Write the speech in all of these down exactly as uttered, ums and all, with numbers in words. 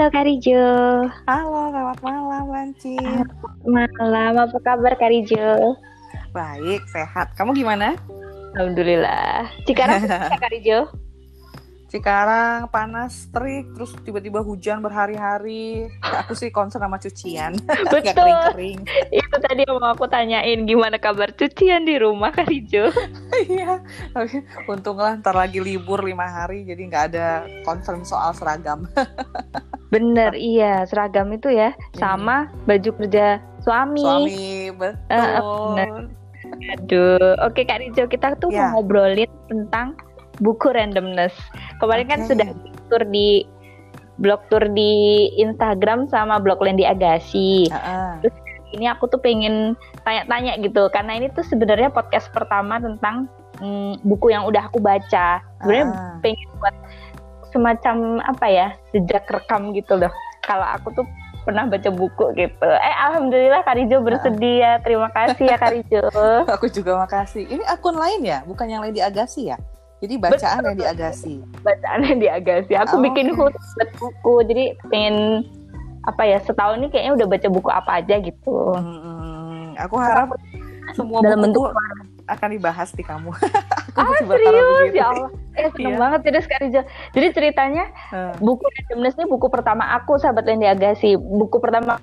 Halo Kak Rijo. Halo, selamat malam Lancin. Malam, apa kabar Kak Rijo? Baik, sehat. Kamu gimana? Alhamdulillah. Cikarang ya Kak Rijo? Sekarang panas, terik, terus tiba-tiba hujan berhari-hari. Ya, aku sih concern sama cucian. Nggak Betul. kering-kering. Itu tadi yang mau aku tanyain, gimana kabar cucian di rumah Kak Rijo? Iya, tapi untunglah ntar lagi libur lima hari, jadi nggak ada concern soal seragam. Bener, iya seragam itu ya, sama baju kerja suami. Suami, betul. Uh, bener. Aduh, oke Kak Rijo, kita tuh Ya. mau ngobrolin tentang buku randomness. Kemarin kan Oke. sudah tur di blog tur di Instagram sama blog Lendi Agassi. Uh-uh. Terus ini aku tuh pengen tanya-tanya gitu, karena ini tuh sebenarnya podcast pertama tentang mm, buku yang udah aku baca. Sebenarnya Ah. pengen buat semacam apa ya, jejak rekam gitu loh. Kalau aku tuh pernah baca buku gitu. Eh alhamdulillah Kak Rijo bersedia. Terima kasih ya Kak Rijo. Aku juga makasih. Ini akun lain ya, bukan yang Lady Agassi ya? Jadi bacaan Betul. Lady Agassi. Bacaannya di Agassi. Aku Oh, bikin oke. khusus buat buku. Jadi pengen apa ya, setahun ini kayaknya udah baca buku apa aja gitu. Hmm, aku harap semua Dalam buku bentuk akan dibahas di kamu. Aku Ah juga harap serius begitu. ya Allah. Eh seneng Iya. banget ya Kak Rijo. Jadi ceritanya Hmm. buku Randomness ini buku pertama aku, sahabat Lendi Agassi. Buku pertama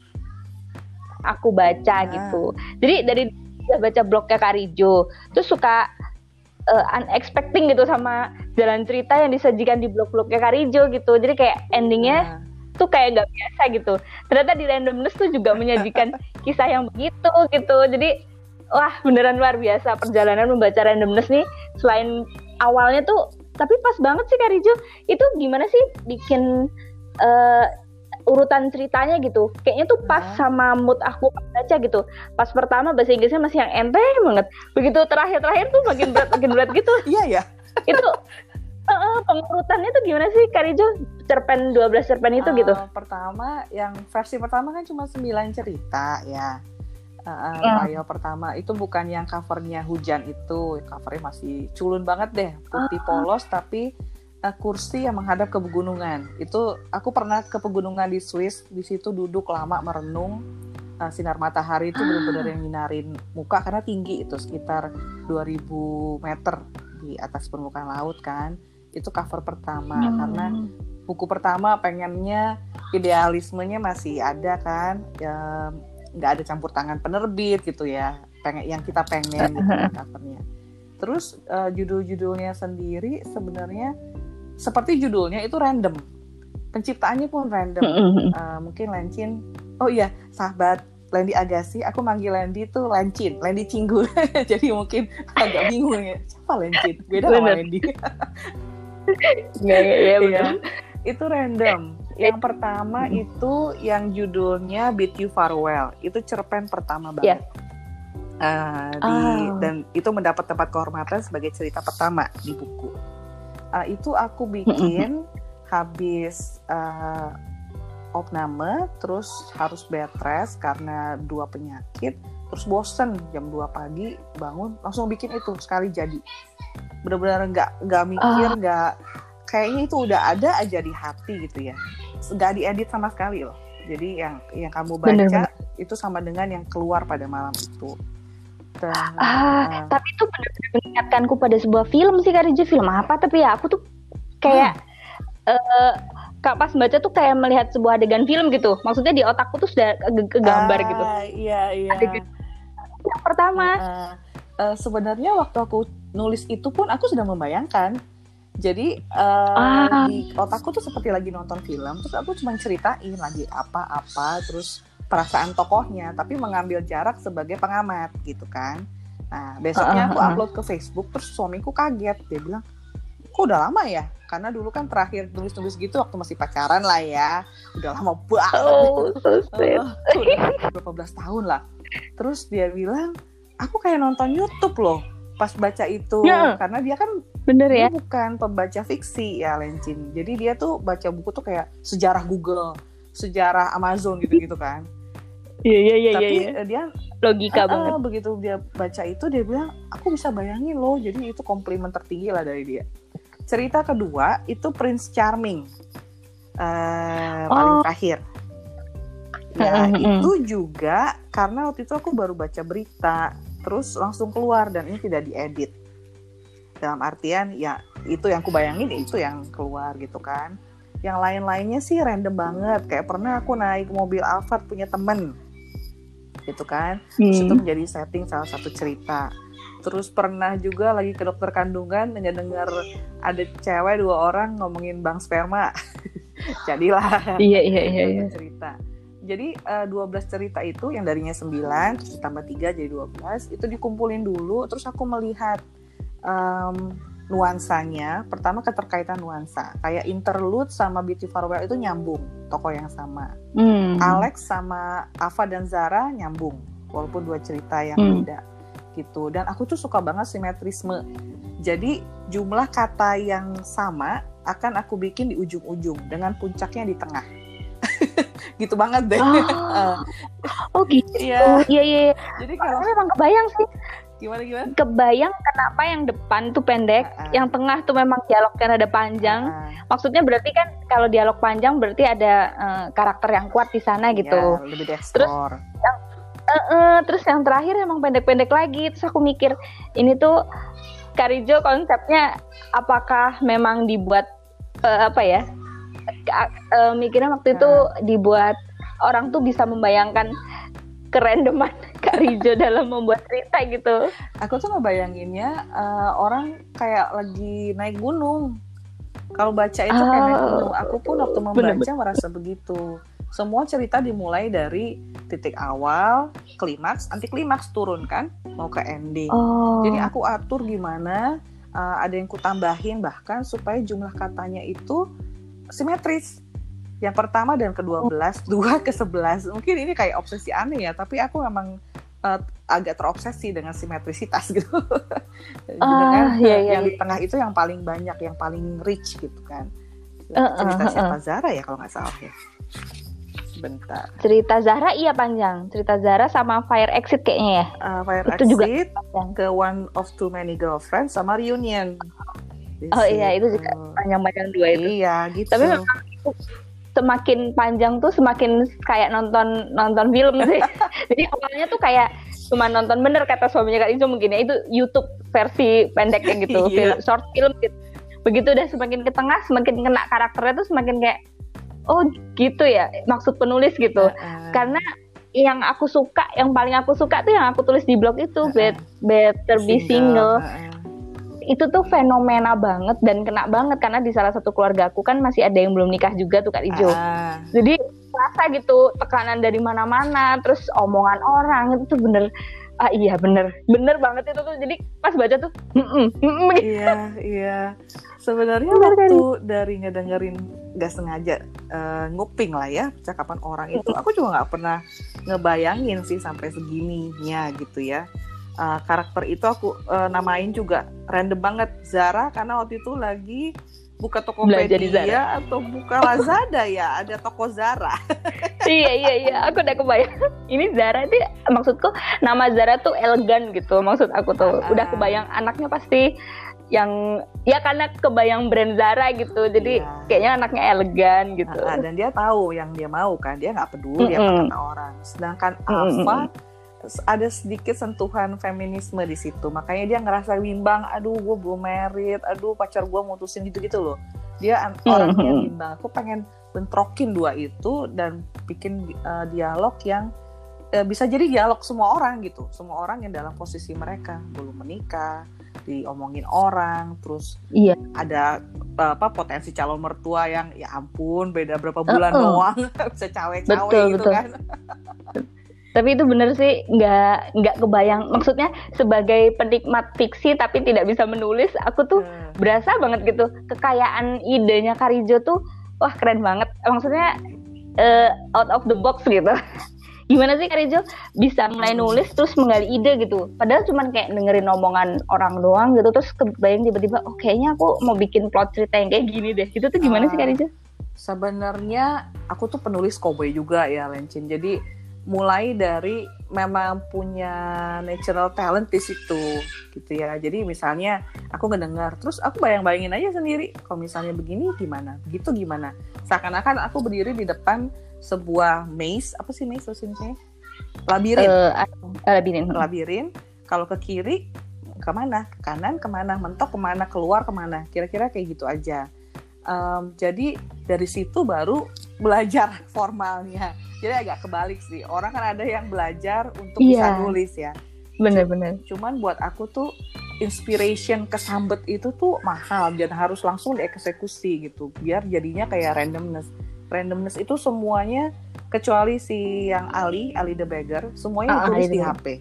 aku baca Ah. gitu. Jadi dari udah baca blognya Kak Rijo, terus suka uh, unexpecting gitu sama jalan cerita yang disajikan di blog-blognya Kak Rijo gitu. Jadi kayak endingnya Ah. tuh kayak nggak biasa gitu. Ternyata di Randomness tuh juga menyajikan kisah yang begitu gitu. Jadi wah beneran luar biasa perjalanan membaca Randomness nih. Selain awalnya tuh, tapi pas banget sih Kak Rijo. Itu gimana sih bikin uh, urutan ceritanya gitu. Kayaknya tuh pas Ah. sama mood aku baca gitu. Pas pertama bahasa Inggrisnya masih yang enteng banget. Begitu terakhir-terakhir tuh makin berat makin berat gitu. Iya ya. Itu uh, pengurutannya tuh gimana sih Kak Rijo? Cerpen dua belas cerpen itu Uh, gitu. Pertama, yang versi pertama kan cuma sembilan cerita ya. Uh, uh, Hmm. trial pertama itu bukan yang covernya hujan itu, covernya masih culun banget deh, putih polos tapi uh, kursi yang menghadap ke pegunungan. Itu aku pernah ke pegunungan di Swiss, di situ duduk lama merenung. Uh, sinar matahari itu benar-benar yang nyinarin muka karena tinggi itu sekitar dua ribu meter di atas permukaan laut kan. Itu cover pertama Hmm. karena buku pertama pengennya idealismenya masih ada kan, ya, nggak ada campur tangan penerbit gitu ya, pengen yang kita pengen gitu covernya. Terus uh, judul-judulnya sendiri sebenarnya seperti judulnya itu random, penciptaannya pun random. Uh, mungkin Lancin, oh iya sahabat Lendi Agassi, aku manggil Lendi tuh Lancin, Lendi Cinggu. Jadi mungkin agak bingung ya, siapa Lancin? Beda sama Bener. Lendi. Iya iya iya bener. Iya, itu random. Yang pertama itu yang judulnya Bid You Farewell. Itu cerpen pertama banget. Uh, di, Oh. Dan itu mendapat tempat kehormatan sebagai cerita pertama di buku. Uh, itu aku bikin habis uh, opname, terus harus bed rest karena dua penyakit, terus bosen jam dua pagi bangun langsung bikin itu sekali jadi. Benar-benar nggak nggak mikir, nggak kayaknya itu udah ada aja di hati gitu ya, nggak diedit sama sekali loh. Jadi yang yang kamu baca Bener-bener. itu sama dengan yang keluar pada malam itu. Dan, Ah, uh, tapi itu benar-benar mengingatkanku pada sebuah film sih Kak Rijo. Film apa tapi ya aku tuh kayak eh Kak pas baca tuh kayak melihat sebuah adegan film gitu. Maksudnya di otakku tuh sudah ke- kegambar ah, gitu. Iya iya. Adegan yang pertama. Uh, uh, sebenarnya waktu aku nulis itu pun aku sudah membayangkan. Jadi uh, Ah. di otakku tuh seperti lagi nonton film, terus aku cuma ceritain lagi apa-apa, terus perasaan tokohnya, tapi mengambil jarak sebagai pengamat gitu kan. Nah besoknya aku Ah, ah, ah. upload ke Facebook, terus suamiku kaget, dia bilang, kok udah lama ya? Karena dulu kan terakhir tulis-tulis gitu waktu masih pacaran lah ya, udah lama banget. Oh, so sweet. Uh, udah berapa belas tahun lah. Terus dia bilang, aku kayak nonton YouTube loh pas baca itu, Ya. karena dia kan Bener ya? dia bukan pembaca fiksi ya Lencin. Jadi dia tuh baca buku tuh kayak sejarah Google, sejarah Amazon gitu-gitu kan. Iya iya iya Tapi iya. eh, dia Logika ah, banget. ah, begitu dia baca itu dia bilang, aku bisa bayangin loh. Jadi itu komplimen tertinggi lah dari dia. Cerita kedua itu Prince Charming. uh, paling Oh. terakhir. Nah, Mm-mm. itu juga karena waktu itu aku baru baca berita, terus langsung keluar dan ini tidak diedit. Dalam artian ya itu yang aku bayangin itu yang keluar gitu kan. Yang lain-lainnya sih random banget. Kayak pernah aku naik mobil Alphard punya temen gitu kan. Terus itu Hmm. menjadi setting salah satu cerita. Terus pernah juga lagi ke dokter kandungan dengar ada cewek dua orang ngomongin bank sperma. Jadilah Iya iya iya. iya. cerita. Jadi uh, dua belas cerita itu yang darinya sembilan terus ditambah tiga jadi dua belas itu dikumpulin dulu terus aku melihat um, nuansanya. Pertama keterkaitan nuansa. Kayak Interlude sama Beauty Farewell itu nyambung, tokoh yang sama. Hmm. Alex sama Ava dan Zara nyambung walaupun dua cerita yang Hmm. beda gitu. Dan aku tuh suka banget simetrisme. Jadi jumlah kata yang sama akan aku bikin di ujung-ujung dengan puncaknya di tengah. Gitu banget deh. Oh, oh gitu. Iya. Iya iya. iya. Jadi kalau Tapi memang kebayang sih, gimana gimana? kebayang kenapa yang depan tuh pendek, Ah, ah. yang tengah tuh memang dialognya ada panjang. Ah, Maksudnya berarti kan kalau dialog panjang berarti ada eh, karakter yang kuat di sana gitu. ya, lebih dieksplor. Eh, eh, terus yang terakhir emang pendek-pendek lagi. Terus aku mikir ini tuh Karijo konsepnya apakah memang dibuat eh, apa ya? Ka- eh, mikirnya waktu itu dibuat orang tuh bisa membayangkan kerandoman Karijo dalam membuat cerita gitu. Aku tuh ngebayanginnya eh, orang kayak lagi naik gunung. Kalau baca itu kayak naik Oh, gunung. Aku pun waktu membaca bener-bener. merasa begitu. Semua cerita dimulai dari titik awal, klimaks, anti klimaks turun kan, mau ke ending. Oh. Jadi aku atur gimana, uh, ada yang ku tambahin bahkan supaya jumlah katanya itu simetris. Yang pertama dan kedua belas, dua ke sebelas. Mungkin ini kayak obsesi aneh ya, tapi aku memang uh, agak terobsesi dengan simetrisitas gitu. Dengan iya, iya, yang di iya. tengah itu yang paling banyak, yang paling rich gitu kan. Uh, uh, Cerita uh, siapa? uh. Zara ya kalau nggak salah ya. Sebentar. Cerita Zahra iya panjang. Cerita Zahra sama Fire Exit kayaknya ya. Uh, Fire Itu juga Exit, panjang. ke One of Too Many Girlfriends sama Reunion. Di Oh iya, itu juga situ. panjang-panjang dua itu. Iya gitu. Tapi memang itu semakin panjang tuh semakin kayak nonton nonton film sih. Jadi awalnya tuh kayak cuma nonton bener kata suaminya Kak Ijo mungkin ya itu YouTube versi pendeknya gitu, Iya. film, short film gitu. Begitu udah semakin ke tengah semakin kena karakternya tuh semakin kayak oh gitu ya maksud penulis gitu. Uh-uh. Karena yang aku suka, yang paling aku suka tuh yang aku tulis di blog itu Uh-uh. Bet- Better Be Single. Uh-uh. Itu tuh fenomena banget dan kena banget karena di salah satu keluarga aku kan masih ada yang belum nikah juga tuh Kak Ijo. Uh-uh. Jadi rasa gitu tekanan dari mana-mana, terus omongan orang itu tuh bener, ah iya bener, bener banget itu tuh. Jadi pas baca tuh, mm-mm, mm-mm, gitu. Iya, iya. Sebenarnya Bener kan? waktu dari ngedengerin gak sengaja uh, nguping lah ya percakapan orang itu, aku juga nggak pernah ngebayangin sih sampai segininya gitu ya. Uh, karakter itu aku uh, namain juga random banget Zara karena waktu itu lagi buka Belajar di Zara. Tokopedia atau buka Lazada ya ada toko Zara. Iya iya iya, aku udah kebayang. Ini Zara itu maksudku nama Zara tuh elegan gitu. Maksud aku tuh Ah. udah kebayang anaknya pasti yang ya karena kebayang brand Zara gitu. Jadi Iya. kayaknya anaknya elegan gitu. Uh, dan dia tahu yang dia mau kan, dia nggak peduli apa Mm-mm. kata orang. Sedangkan Mm-mm. Alfa ada sedikit sentuhan feminisme di situ, makanya dia ngerasa bimbang. Aduh, gue belum married. Aduh, pacar gue mutusin gitu-gitu loh. Dia an- orangnya Mm-mm. bimbang. Aku pengen bentrokin dua itu dan bikin uh, dialog yang uh, bisa jadi dialog semua orang gitu, semua orang yang dalam posisi mereka belum menikah, diomongin orang, terus Iya. ada apa potensi calon mertua yang ya ampun beda berapa bulan Uh-uh. doang bisa cawe-cawe Betul, gitu betul. kan. Tapi itu bener sih nggak nggak kebayang. Maksudnya sebagai penikmat fiksi tapi tidak bisa menulis, aku tuh Hmm. berasa banget gitu kekayaan idenya Karijo tuh wah keren banget. Maksudnya eh, out of the box gitu. Gimana sih Karijo bisa mulai nulis terus menggali ide gitu. Padahal cuman kayak dengerin omongan orang doang gitu terus kebayang tiba-tiba oh kayaknya aku mau bikin plot cerita yang kayak gini deh. Itu tuh gimana Ah. sih Karijo? Sebenarnya aku tuh penulis cowboy juga ya Lencin. Jadi mulai dari memang punya natural talent di situ gitu ya. Jadi misalnya aku ngedengar, terus aku bayang-bayangin aja sendiri, kalau misalnya begini gimana, begitu gimana. Seakan-akan aku berdiri di depan sebuah maze, apa sih maze bahasa Indonesia? Labirin. Uh, labirin. Labirin. Kalau ke kiri kemana, ke kanan kemana, mentok kemana, keluar kemana, kira-kira kayak gitu aja. Um, jadi dari situ baru belajar formalnya. Jadi agak kebalik sih. Orang kan ada yang belajar untuk yeah. bisa nulis ya. Bener-bener. Cuman buat aku tuh inspiration kesambet itu tuh mahal dan harus langsung dieksekusi gitu. Biar jadinya kayak randomness. Randomness itu semuanya kecuali si yang Ali, Ali the Beggar, semuanya ah, ditulis di H P.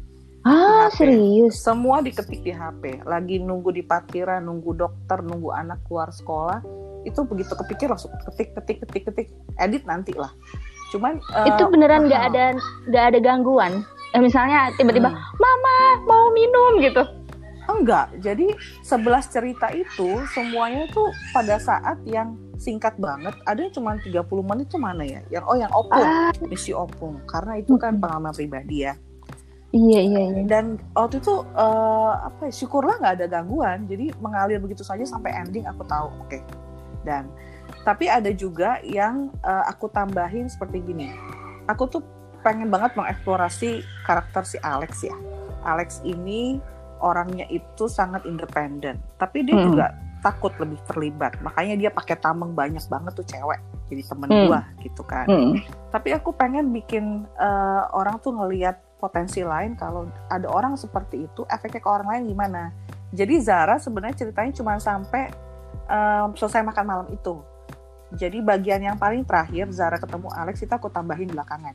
Ah, H P. serius? Semua diketik di H P. Lagi nunggu di parkiran, nunggu dokter, nunggu anak keluar sekolah, itu begitu kepikir langsung ketik, ketik, ketik, ketik, edit nanti lah. Cuman itu uh, beneran nggak ada nggak ada gangguan. Eh, misalnya tiba-tiba, hmm. Mama mau minum gitu. Enggak. Jadi sebelas cerita itu semuanya tuh pada saat yang singkat banget. Ada yang cuma tiga puluh menit tuh mana ya? Yang oh yang opung, ah. misi opung. Karena itu kan pengalaman pribadi ya. Iya iya iya. Dan waktu itu uh, apa ya, syukurlah nggak ada gangguan. Jadi mengalir begitu saja sampai ending aku tahu oke. Okay. Dan tapi ada juga yang uh, aku tambahin seperti gini. Aku tuh pengen banget mengeksplorasi karakter si Alex ya. Alex ini orangnya itu sangat independen, tapi dia hmm. juga takut lebih terlibat. Makanya dia pakai tameng banyak banget tuh cewek jadi temen hmm. gua gitu kan. Hmm. Tapi aku pengen bikin uh, orang tuh ngelihat potensi lain kalau ada orang seperti itu, efeknya ke orang lain gimana. Jadi Zara sebenarnya ceritanya cuma sampai um, selesai makan malam itu. Jadi bagian yang paling terakhir Zara ketemu Alex itu aku tambahin belakangan.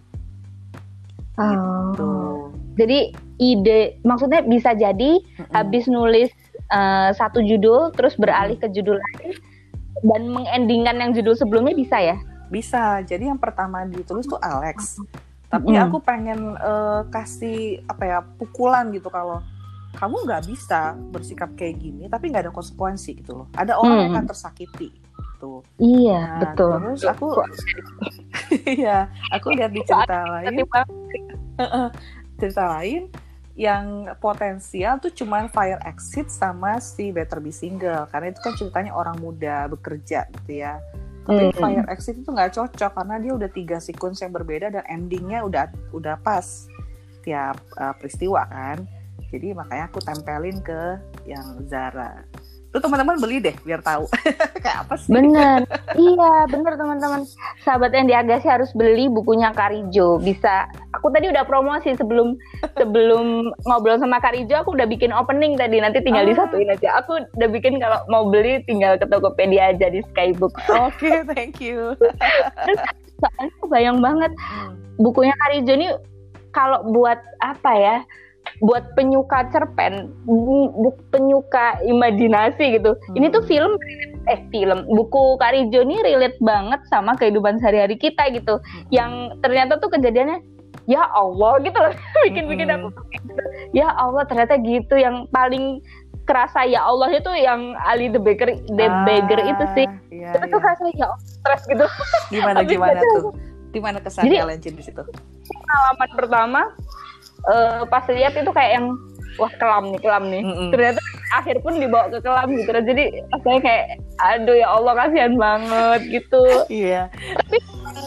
Oh. Gitu. Jadi ide maksudnya bisa jadi mm-hmm. habis nulis uh, satu judul terus beralih mm-hmm. ke judul lain dan mengendingkan yang judul sebelumnya bisa ya? Bisa. Jadi yang pertama ditulis tuh Alex. Tapi mm. aku pengen uh, kasih apa ya pukulan gitu kalau kamu nggak bisa bersikap kayak gini tapi nggak ada konsekuensi gitu loh. Ada orang mm. yang akan tersakiti gitu. Iya nah, betul. Terus aku iya aku lihat di cerita lain cerita lain yang potensial tuh cuman Fire Exit sama si Better Be Single karena itu kan ceritanya orang muda bekerja gitu ya. Tapi mm-hmm. Fire Exit itu nggak cocok karena dia udah tiga sequence yang berbeda dan endingnya udah udah pas tiap uh, peristiwa kan. Jadi makanya aku tempelin ke yang Zara. Tuh teman-teman beli deh biar tahu kayak apa sih. Bener, iya bener teman-teman. Sahabat yang di Agassi harus beli bukunya Karijo. Bisa. Aku tadi udah promosi sebelum sebelum ngobrol sama Karijo. Aku udah bikin opening tadi. Nanti tinggal ah. disatuin aja. Aku udah bikin kalau mau beli tinggal ke Tokopedia aja di Skybook. Oke, okay, thank you. Soalnya kebayang banget hmm. bukunya Karijo ini kalau buat apa ya? Buat penyuka cerpen, bu, penyuka imajinasi gitu. Hmm. Ini tuh film, eh film, buku Karijo ini relate banget sama kehidupan sehari-hari kita gitu. Hmm. Yang ternyata tuh kejadiannya, ya Allah gitu loh, bikin-bikin aku. Ya Allah ternyata gitu. Yang paling kerasa ya Allah itu yang Ali the Beggar, the ah, Beggar itu sih. Iya, itu tuh iya. Kerasa ya Allah stres gitu. Gimana gimana tuh? Gimana kesannya Lencin di situ? Pengalaman pertama. Uh, pas lihat itu kayak yang wah kelam nih kelam nih mm-mm. Ternyata akhir pun dibawa ke kelam gitu jadi rasanya kayak aduh ya Allah kasihan banget gitu. Iya. Tapi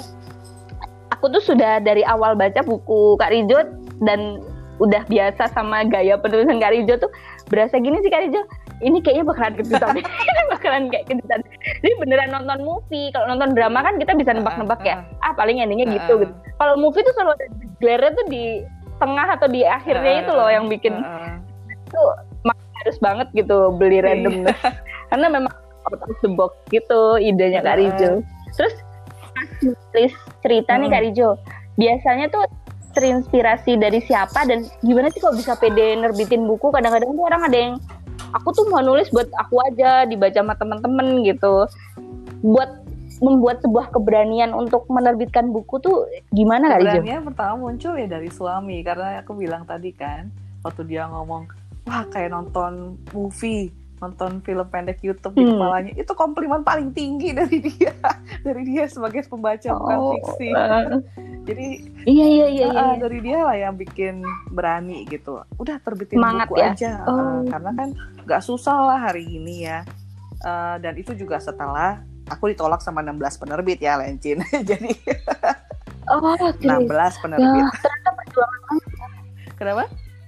aku tuh sudah dari awal baca buku Karijo dan udah biasa sama gaya penulisan Karijo tuh berasa gini sih Karijo ini kayaknya bakalan kejutan ini bakalan kayak kejutan. Jadi beneran nonton movie. Kalau nonton drama kan kita bisa nebak-nebak ya ah paling endingnya gitu gitu. Kalau movie tuh selalu ada glare tuh di tengah atau di akhirnya uh, itu loh yang bikin uh, itu harus banget gitu beli randomness uh, karena memang out of the box gitu idenya Kak Rijo. Terus nulis cerita uh, nih Kak Rijo biasanya tuh terinspirasi dari siapa dan gimana sih kok bisa pede nerbitin buku? Kadang-kadang tuh orang ada yang aku tuh mau nulis buat aku aja dibaca sama teman-teman gitu. Buat membuat sebuah keberanian untuk menerbitkan buku tuh gimana Kak Rijo? Keberanian pertama muncul ya dari suami karena aku bilang tadi kan waktu dia ngomong wah kayak nonton movie nonton film pendek YouTube di Hmm. kepalanya. Itu komplimen paling tinggi dari dia, dari dia sebagai pembaca bukan Oh, fiksi. uh, Jadi iya iya iya uh, iya. uh, iya. dari dia lah yang bikin berani gitu. Udah terbitin Semangat buku ya? aja, uh, Oh. karena kan nggak susah lah hari ini ya. Uh, dan itu juga setelah aku ditolak sama enam belas penerbit ya, Lencin. Jadi Oh, oke. enam belas penerbit. Ya, ternyata perjuangan Kenapa?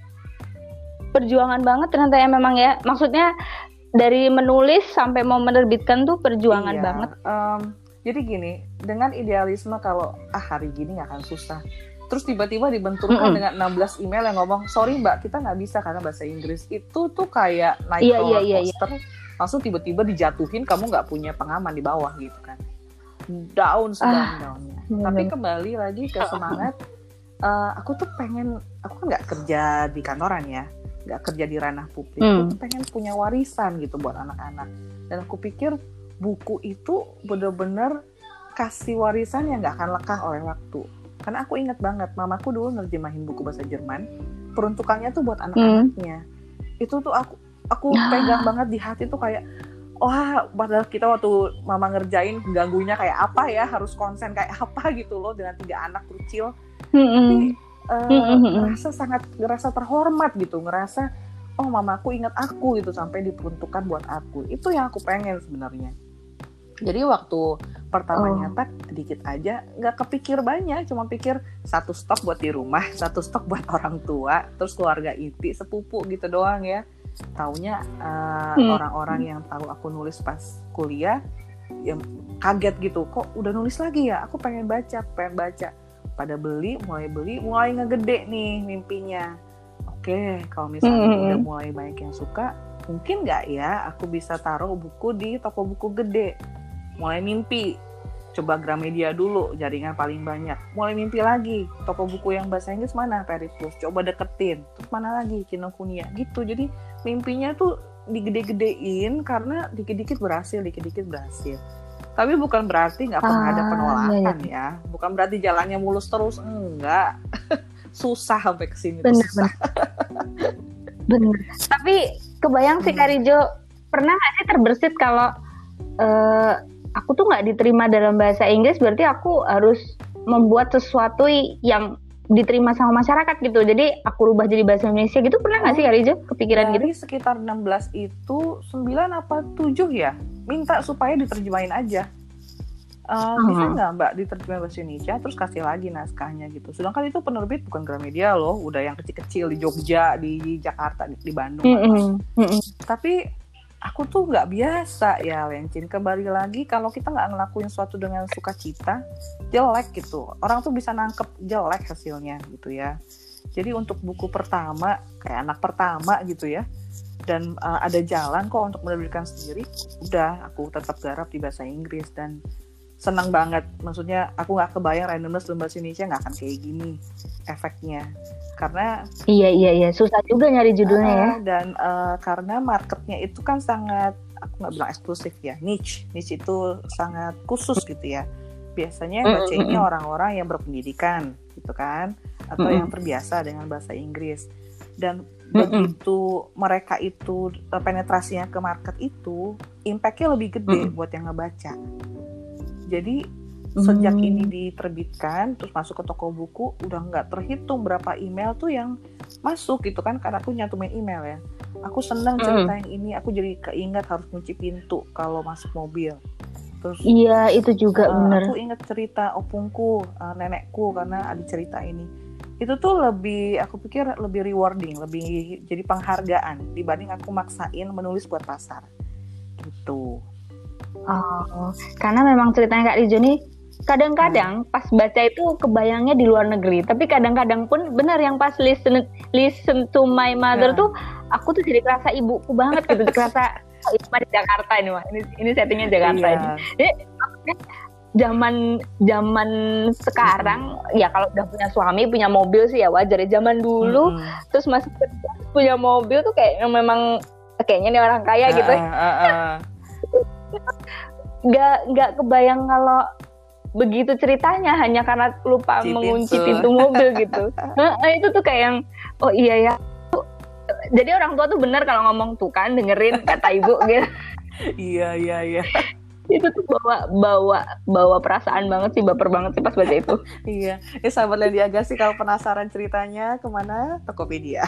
perjuangan banget ternyata ya memang ya. Maksudnya dari menulis sampai mau menerbitkan tuh perjuangan Iya, banget. um, jadi gini, dengan idealisme kalau ah hari gini nggak akan susah. Terus tiba-tiba dibenturkan Mm-mm. dengan enam belas email yang ngomong, sorry mbak, kita nggak bisa karena bahasa Inggris. Itu tuh kayak naik Iya, iya, roller iya, iya. coaster, langsung tiba-tiba dijatuhin, kamu nggak punya pengaman di bawah gitu kan. Down sedown-downnya. bener. Tapi kembali lagi ke semangat, uh, aku tuh pengen, aku kan nggak kerja di kantoran ya, nggak kerja di ranah publik, Hmm. aku tuh pengen punya warisan gitu buat anak-anak. Dan aku pikir buku itu bener-bener kasih warisan yang nggak akan lekang oleh waktu. Karena aku ingat banget, mamaku dulu nerjemahin buku bahasa Jerman, peruntukannya tuh buat anak-anaknya. Itu tuh aku aku Ah. pegang banget di hati tuh kayak, wah, padahal kita waktu mama ngerjain ganggunya kayak apa ya, harus konsen kayak apa gitu loh dengan tiga anak kecil. Tapi uh, Mm-mm. ngerasa sangat ngerasa terhormat gitu, ngerasa oh mamaku ingat aku gitu sampai diperuntukkan buat aku. Itu yang aku pengen sebenarnya. Jadi waktu pertama Oh. nyetak dikit aja, nggak kepikir banyak, cuma pikir satu stok buat di rumah, satu stok buat orang tua, terus keluarga inti, sepupu gitu doang ya. Taunya uh, Hmm. orang-orang yang tahu aku nulis pas kuliah, yang kaget gitu, kok udah nulis lagi ya? Aku pengen baca, pengen baca. Pada beli, mulai beli, mulai ngegede nih mimpinya. Oke, kalau misalnya Hmm. udah mulai banyak yang suka, mungkin nggak ya aku bisa taruh buku di toko buku gede. Mulai mimpi, coba Gramedia dulu, jaringan paling banyak. Mulai mimpi lagi, toko buku yang bahasa Inggris mana? Periplus, coba deketin. Terus mana lagi? Kinokuniya, gitu. Jadi mimpinya tuh digede-gedein karena dikit-dikit berhasil, dikit-dikit berhasil. Tapi bukan berarti nggak pernah ada Ah, penolakan iya, ya. Bukan berarti jalannya mulus terus, enggak. Susah sampai kesini tuh Bener, susah. bener. Tapi kebayang sih Hmm. Kak Rijo, pernah nggak sih terbersit kalau eh, aku tuh nggak diterima dalam bahasa Inggris, berarti aku harus membuat sesuatu yang diterima sama masyarakat gitu. Jadi aku rubah jadi bahasa Indonesia gitu, pernah nggak sih Kak Rijo kepikiran gitu? Dari sekitar enam belas itu sembilan apa tujuh ya minta supaya diterjemahin aja. Uh, Hmm. Bisa nggak mbak diterjemahin bahasa Indonesia terus kasih lagi naskahnya gitu. Sedangkan itu penerbit bukan Gramedia loh, udah yang kecil-kecil di Jogja, di Jakarta, di, di Bandung. Mm-mm. Mm-mm. Tapi aku tuh nggak biasa ya, Lencin. Kembali lagi kalau kita nggak ngelakuin sesuatu dengan sukacita, jelek gitu. Orang tuh bisa nangkep jelek hasilnya gitu ya. Jadi untuk buku pertama, kayak anak pertama gitu ya, dan uh, ada jalan kok untuk menerbitkan sendiri, udah aku tetap garap di bahasa Inggris dan senang banget. Maksudnya aku nggak kebayang randomness dalam bahasa Indonesia nggak akan kayak gini efeknya. Karena Iya iya iya, susah juga nyari judulnya ya. uh, dan uh, karena marketnya itu kan sangat, aku nggak bilang eksklusif ya, niche, niche itu sangat khusus gitu ya. Biasanya Mm, baca mm, ini mm. orang-orang yang berpendidikan gitu kan, atau Mm, yang terbiasa dengan bahasa Inggris. Dan begitu mereka itu uh, penetrasinya ke market itu, impact-nya lebih gede Mm. buat yang ngebaca. Jadi sejak Hmm. ini diterbitkan terus masuk ke toko buku, udah nggak terhitung berapa email tuh yang masuk gitu kan, karena aku nyantumin email ya. Aku senang cerita yang ini, aku jadi keingat harus kunci pintu kalau masuk mobil. Terus Iya itu juga uh, bener. aku ingat cerita opungku, uh, nenekku, karena ada cerita ini. Itu tuh lebih, aku pikir lebih rewarding, lebih jadi penghargaan dibanding aku maksain menulis buat pasar gitu. Oh, karena memang ceritanya Kak Rijo nih kadang-kadang pas baca itu kebayangnya di luar negeri, tapi kadang-kadang pun benar yang pas listen listen to my mother Nah. tuh aku tuh jadi kerasa ibuku banget gitu, kerasa oh, ini mah di Jakarta ini mah, ini ini settingnya Jakarta Iya. ini. Jadi maksudnya zaman zaman sekarang ya kalau udah punya suami punya mobil sih ya wajar ya. Zaman dulu Mm-mm. terus masih punya mobil tuh kayak memang kayaknya nih orang kaya gitu. Uh, uh, uh, uh. Nggak nggak kebayang kalau begitu ceritanya hanya karena lupa Kunci mengunci pintu. pintu mobil gitu. Nah, itu tuh kayak yang oh iya ya, Jadi orang tua tuh benar kalau ngomong tuh kan dengerin kata ibu gitu. Iya iya iya. Itu tuh bawa bawa bawa perasaan banget sih, baper banget sih pas baca itu. Iya. Ya sahabat Lady Agassi kalau penasaran ceritanya kemana? Tokopedia.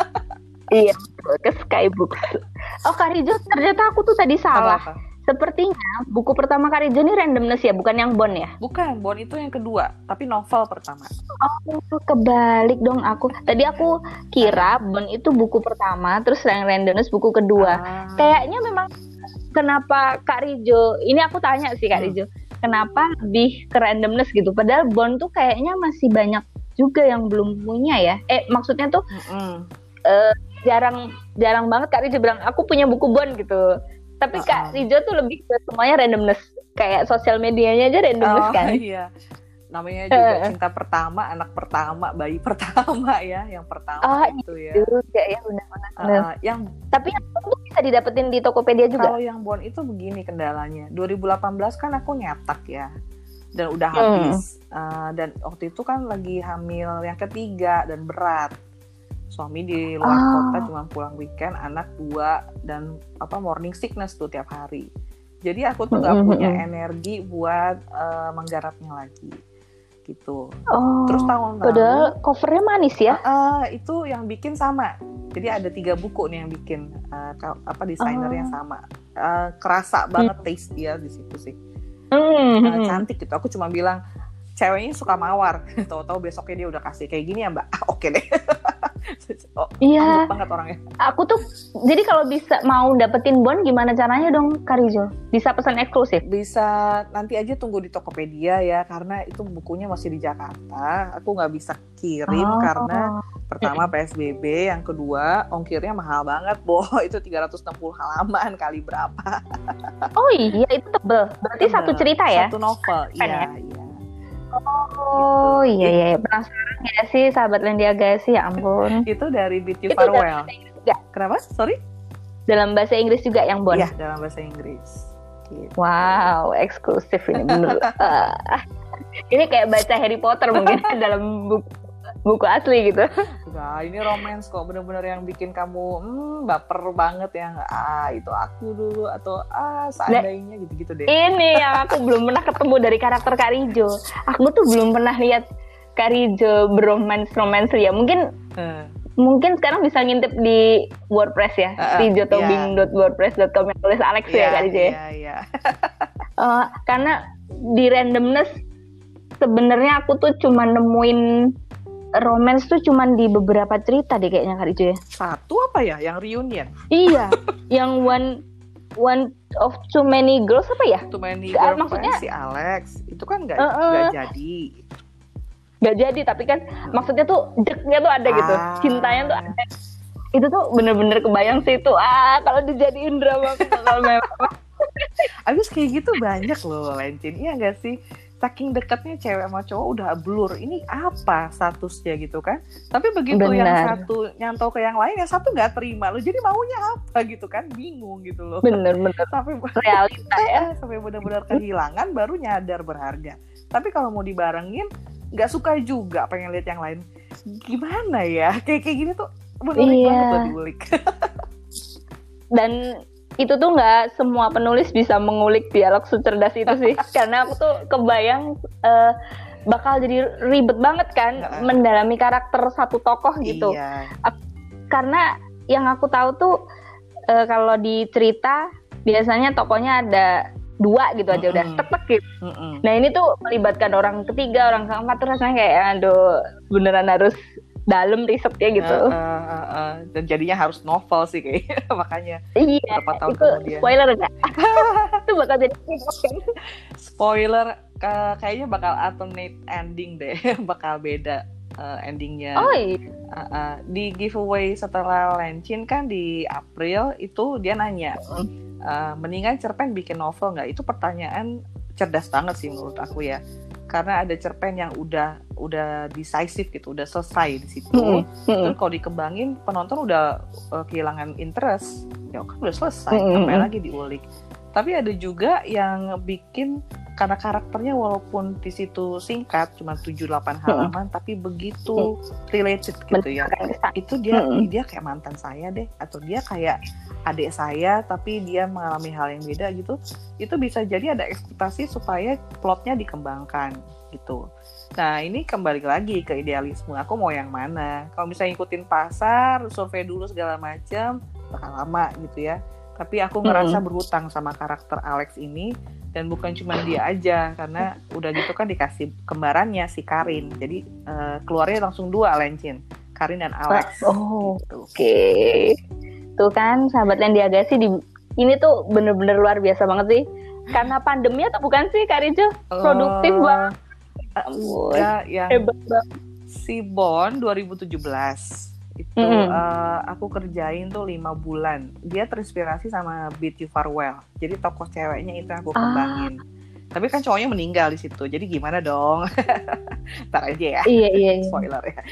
Iya, ke Skybooks. Oh, Kak Rijo, ternyata aku tuh tadi salah. Apa-apa? Sepertinya buku pertama Kak Rijo ini Randomness ya, bukan yang Bond ya? Bukan, Bond itu yang kedua, tapi novel pertama. Oh, kebalik dong aku. Tadi aku kira Bond itu buku pertama, terus yang Randomness buku kedua. Ah. Kayaknya memang kenapa Kak Rijo, ini aku tanya sih Kak Hmm. Rijo, kenapa lebih ke Randomness gitu? Padahal Bond tuh kayaknya masih banyak juga yang belum punya ya. Eh, maksudnya tuh Mm-mm. eh, jarang jarang banget Kak Rijo bilang aku punya buku Bond gitu. Tapi Uh-uh. Kak Rijo tuh lebih ke semuanya Randomness. Kayak sosial medianya aja Randomness Oh kan. iya, namanya juga Eh. cinta pertama, anak pertama, bayi pertama ya, yang pertama Oh, itu ya. juga ya benar-benar. Uh, yang Tapi yang itu bisa didapetin di Tokopedia juga. kalau yang Bond itu begini kendalanya, dua ribu delapan belas kan aku nyetak ya, dan udah Hmm. habis. Uh, dan waktu itu kan lagi hamil yang ketiga dan berat. Suami di luar Oh. kota cuma pulang weekend, anak dua dan apa morning sickness tuh tiap hari. Jadi aku tuh nggak Mm-mm. punya energi buat uh, menggarapnya lagi, gitu. Oh. Terus tahun lalu, Padahal covernya manis ya. uh, itu yang bikin sama. Jadi ada tiga buku nih yang bikin uh, ka- apa desainernya Oh. sama. Uh, kerasa banget taste dia di situ sih. Hmm. Uh, cantik gitu. Aku cuma bilang ceweknya suka mawar. Tahu-tahu besoknya dia udah kasih kayak gini ya Mbak. Ah, oke deh. Oh, Iya. mantap banget orangnya. Aku tuh jadi kalau bisa mau dapetin Bond gimana caranya dong Kak Rijo? Bisa pesan eksklusif? Bisa nanti aja tunggu di Tokopedia ya, karena itu bukunya masih di Jakarta. Aku nggak bisa kirim Oh. karena pertama P S B B, yang kedua ongkirnya mahal banget, Bo. Itu tiga ratus enam puluh halaman kali berapa? Oh iya, itu tebel. Berarti Tebel. satu cerita ya? Satu novel. Kan Iya, ya? iya. Oh iya iya, iya. Penasaran ya sih sahabat Lady Agassi, ya ampun. Itu dari Bid You Itu dalam Farewell. bahasa Inggris juga. Kenapa? Sorry? Dalam bahasa Inggris juga yang Bond. Iya, dalam bahasa Inggris. Gitu. Wow, eksklusif ini bener. Ah, ini kayak baca Harry Potter mungkin dalam buku, buku asli gitu. Enggak, ini romance kok, bener-bener yang bikin kamu hmm, baper banget yang ah itu aku dulu atau ah seandainya gitu-gitu deh. Ini yang aku belum pernah ketemu dari karakter Kak Rijo. Aku tuh belum pernah lihat Kak Rijo beromance-romance ya. Mungkin Eh, mungkin sekarang bisa ngintip di WordPress ya, Uh, uh, rijotobing dot wordpress dot com yang tulis Alex ya Kak Rijo ya. Iya, iya. Eh, karena di Randomness sebenarnya aku tuh cuma nemuin romance tuh cuman di beberapa cerita deh kayaknya Kak Rijo ya. Satu apa ya? Yang reunion. Iya, yang one one of too many girls apa ya? Too Many Nggak, Girlfriends maksudnya- si Alex. Itu kan nggak Uh, uh. nggak jadi. Gak jadi, tapi kan maksudnya tuh deknya tuh ada gitu, Ah. cintanya tuh ada. Itu tuh bener-bener kebayang sih itu. Ah, kalau dijadiin drama aku bakal mewah. Abis kayak gitu banyak loh, Lencin. Iya nggak sih? Saking dekatnya cewek sama cowok udah blur. Ini apa statusnya gitu kan? Tapi begitu yang Benar. satu nyantol ke yang lain, yang satu nggak terima lo. Jadi maunya apa gitu kan? Bingung gitu loh. Bener-bener Sampai realita ya. sampai benar-benar kehilangan baru nyadar berharga. Tapi kalau mau dibarengin, nggak suka juga pengen lihat yang lain. Gimana ya? Kayak kayak gini tuh menarik Iya. banget loh diulik. Dan itu tuh nggak semua penulis bisa mengulik dialog secerdas itu sih. Karena aku tuh kebayang eh, bakal jadi ribet banget kan Heeh. mendalami karakter satu tokoh gitu. Iya. Karena yang aku tahu tuh eh, kalau di cerita biasanya tokohnya ada dua gitu aja udah Mm-mm. tek gitu. Mm-mm. Nah ini tuh melibatkan orang ketiga, orang keempat tuh rasanya kayak aduh beneran harus dalam risetnya gitu. Uh, uh, uh, uh. Dan jadinya harus novel sih kayaknya. Makanya Iya, berapa tahun itu kemudian. spoiler nggak? Itu bakal jadi kan? Spoiler ke- kayaknya bakal alternate ending deh. Bakal beda uh, endingnya. Oh iya. Uh, uh. Di giveaway setelah Lencin kan di April itu dia nanya, uh, mendingan cerpen bikin novel nggak? Itu pertanyaan cerdas banget sih menurut aku ya. Karena ada cerpen yang udah udah decisive gitu, udah selesai di situ. Mm-mm. Terus kalau dikembangin penonton udah uh, kehilangan interest, ya kan udah selesai, Mm-mm. ngapain lagi diulik. Tapi ada juga yang bikin karena karakternya walaupun di situ singkat cuma tujuh delapan halaman hmm. tapi begitu related gitu ya. Itu dia hmm. dia kayak mantan saya deh, atau dia kayak adik saya tapi dia mengalami hal yang beda gitu. Itu bisa jadi ada ekspektasi supaya plotnya dikembangkan gitu. Nah ini kembali lagi ke idealisme, aku mau yang mana. Kalau misalnya ngikutin pasar, survei dulu segala macam, bakal lama gitu ya. Tapi aku ngerasa hmm. berhutang sama karakter Alex ini. Dan bukan cuma dia aja, karena udah gitu kan dikasih kembarannya si Karin. Jadi uh, keluarnya langsung dua, Lencin, Karin dan Alex. Oh, gitu. Oke. Okay. Tuh kan sahabat yang diagasi di ini tuh bener-bener luar biasa banget sih. Karena pandemi atau bukan sih Kak Rijo? Produktif uh, banget. Uh, ya, yang hebat banget. Si Bond dua ribu tujuh belas itu mm-hmm. uh, aku kerjain tuh lima bulan. Dia terinspirasi sama Bid You Farewell. Jadi tokoh ceweknya itu yang aku kembangin. Ah. Tapi kan cowoknya meninggal di situ. Jadi gimana dong? Ntar aja ya. Iya iya. Spoiler ya.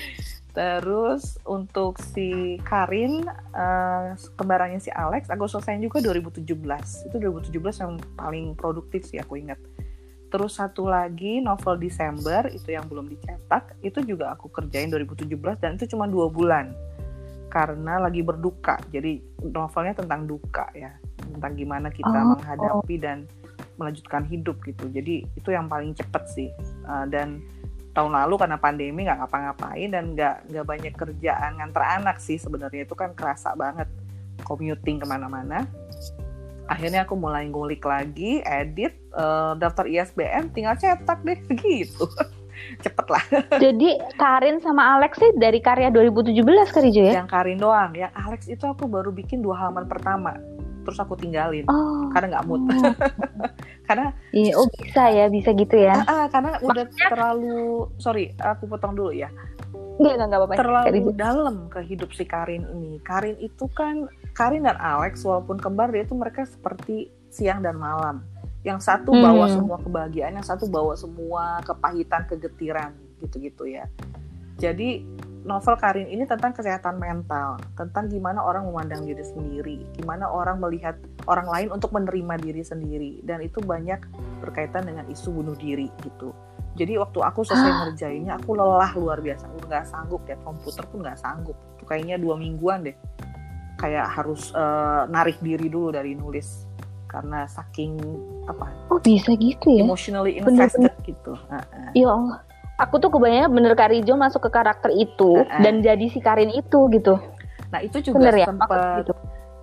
Terus untuk si Karin, uh, kembarannya si Alex, aku selesaiin juga dua ribu tujuh belas. Itu dua ribu tujuh belas yang paling produktif sih aku ingat. Terus satu lagi novel Desember itu yang belum dicetak, itu juga aku kerjain dua ribu tujuh belas dan itu cuma dua bulan karena lagi berduka. Jadi novelnya tentang duka ya, tentang gimana kita oh. menghadapi dan melanjutkan hidup gitu. Jadi itu yang paling cepet sih. Uh, dan tahun lalu karena pandemi nggak ngapa-ngapain dan nggak nggak banyak kerjaan nganter anak sih sebenarnya, itu kan kerasa banget commuting kemana-mana. Akhirnya aku mulai ngulik lagi, edit, uh, daftar I S B N, tinggal cetak deh, gitu. Cepet lah. Jadi Karin sama Alex sih dari karya dua ribu tujuh belas Kak Rijo ya? Yang Karin doang, yang Alex itu aku baru bikin dua halaman pertama, terus aku tinggalin, oh. karena nggak mood. Oh. Karena iya, oh bisa ya, bisa gitu ya? Uh, uh, karena udah Maksudnya... terlalu, sorry, aku potong dulu ya. Enggak, enggak, enggak apa-apa. Terlalu dalam ke hidup si Karin ini. Karin itu kan, Karin dan Alex walaupun kembar, dia itu mereka seperti siang dan malam. Yang satu hmm. bawa semua kebahagiaan, yang satu bawa semua kepahitan, kegetiran, gitu-gitu ya. Jadi novel Karin ini tentang kesehatan mental, tentang gimana orang memandang diri sendiri, gimana orang melihat orang lain untuk menerima diri sendiri. Dan itu banyak berkaitan dengan isu bunuh diri gitu. Jadi waktu aku selesai ngerjainnya, aku lelah luar biasa. Aku nggak sanggup ya, komputer pun nggak sanggup. Itu kayaknya dua mingguan deh. Kayak harus uh, narik diri dulu dari nulis. Karena saking, apa? Oh bisa gitu ya? Emotionally invested bener-bener. Gitu. Uh-uh. Ya Allah. Aku tuh kebayangnya bener Kak Rijo masuk ke karakter itu. Uh-uh. Dan jadi si Karin itu gitu. Nah itu juga bener, sempat... Ya? Gitu.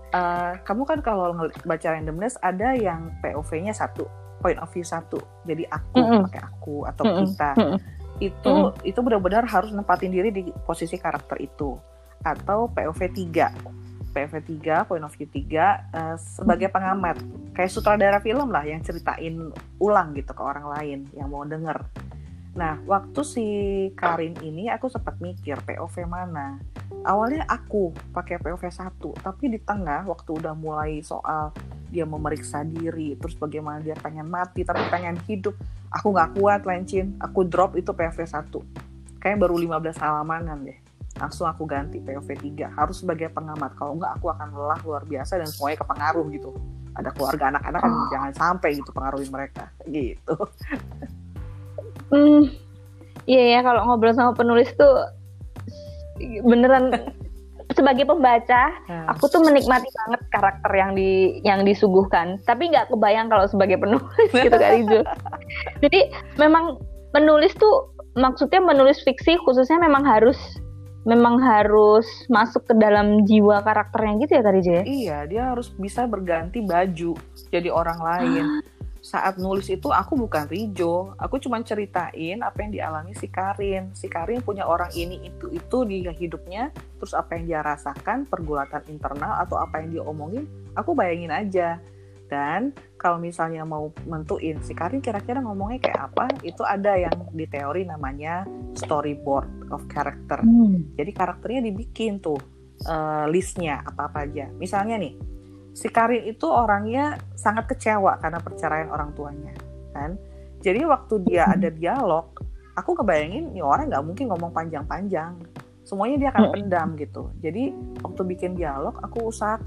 Uh, kamu kan kalau baca Randomness ada yang P O V-nya satu. Point of view satu, jadi aku mm-hmm. pakai aku atau mm-hmm. kita mm-hmm. itu mm-hmm. itu benar-benar harus nempatin diri di posisi karakter itu, atau P O V tiga, P O V tiga, point of view tiga uh, sebagai pengamat, kayak sutradara film lah yang ceritain ulang gitu ke orang lain yang mau denger. Nah waktu si Karin ini aku sempat mikir P O V mana. Awalnya aku pakai P O V satu, tapi di tengah waktu udah mulai soal dia memeriksa diri, terus bagaimana dia pengen mati tapi pengen hidup, aku nggak kuat Lencin, aku drop itu P O V satu, kayak baru lima belas halamanan deh, langsung aku ganti P O V tiga, harus sebagai pengamat, kalau nggak aku akan lelah luar biasa dan semuanya kepengaruh gitu, ada keluarga anak-anak kan oh. jangan sampai gitu pengaruhin mereka gitu. Hmm, iya ya, kalau ngobrol sama penulis tuh beneran sebagai pembaca, hmm. aku tuh menikmati banget karakter yang di yang disuguhkan. Tapi nggak kebayang kalau sebagai penulis gitu Kak Rijo. Jadi memang menulis tuh maksudnya menulis fiksi khususnya memang harus memang harus masuk ke dalam jiwa karakternya gitu ya Kak Rijo ya? Iya, dia harus bisa berganti baju jadi orang lain. Saat nulis itu aku bukan Rijo, aku cuma ceritain apa yang dialami si Karin. Si Karin punya orang ini itu itu di hidupnya, terus apa yang dia rasakan, pergulatan internal atau apa yang dia omongin, aku bayangin aja. Dan kalau misalnya mau mentuin si Karin kira-kira ngomongnya kayak apa, itu ada yang di teori namanya storyboard of character. Hmm. Jadi karakternya dibikin tuh uh, listnya apa-apa aja. Misalnya nih, si Karin itu orangnya sangat kecewa karena perceraian orang tuanya, kan? Jadi waktu dia ada dialog, aku kebayangin nih orang nggak mungkin ngomong panjang-panjang, semuanya dia akan pendam gitu. Jadi waktu bikin dialog, aku usahakan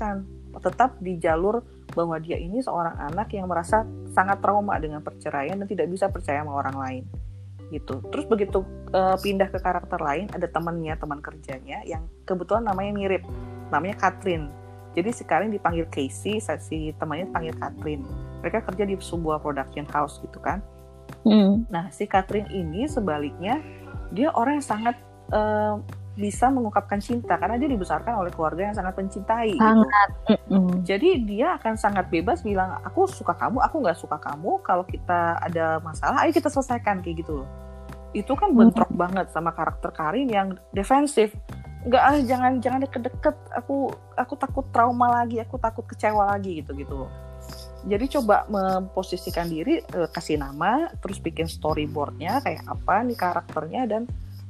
tetap di jalur bahwa dia ini seorang anak yang merasa sangat trauma dengan perceraian dan tidak bisa percaya sama orang lain gitu. Terus begitu uh, pindah ke karakter lain, ada temannya, teman kerjanya yang kebetulan namanya mirip, namanya Catherine. Jadi sekarang dipanggil Casey, si temannya dipanggil Catherine. Mereka kerja di sebuah production house gitu kan. Hmm. Nah si Catherine ini sebaliknya dia orang yang sangat uh, bisa mengungkapkan cinta karena dia dibesarkan oleh keluarga yang sangat mencintai. Sangat. Gitu. Jadi dia akan sangat bebas bilang aku suka kamu, aku nggak suka kamu. Kalau kita ada masalah, ayo kita selesaikan kayak gitu loh. Itu kan bentrok mm. banget sama karakter Karin yang defensif. Nggak ah jangan jangan deket-deket. Aku aku takut trauma lagi, aku takut kecewa lagi gitu gitu loh. Jadi coba memposisikan diri, kasih nama, terus bikin storyboardnya kayak apa nih karakternya dan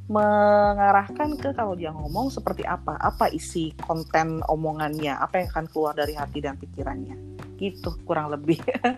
mengarahkan ke kalau dia ngomong seperti apa, apa isi konten omongannya, apa yang akan keluar dari hati dan pikirannya, gitu kurang lebih.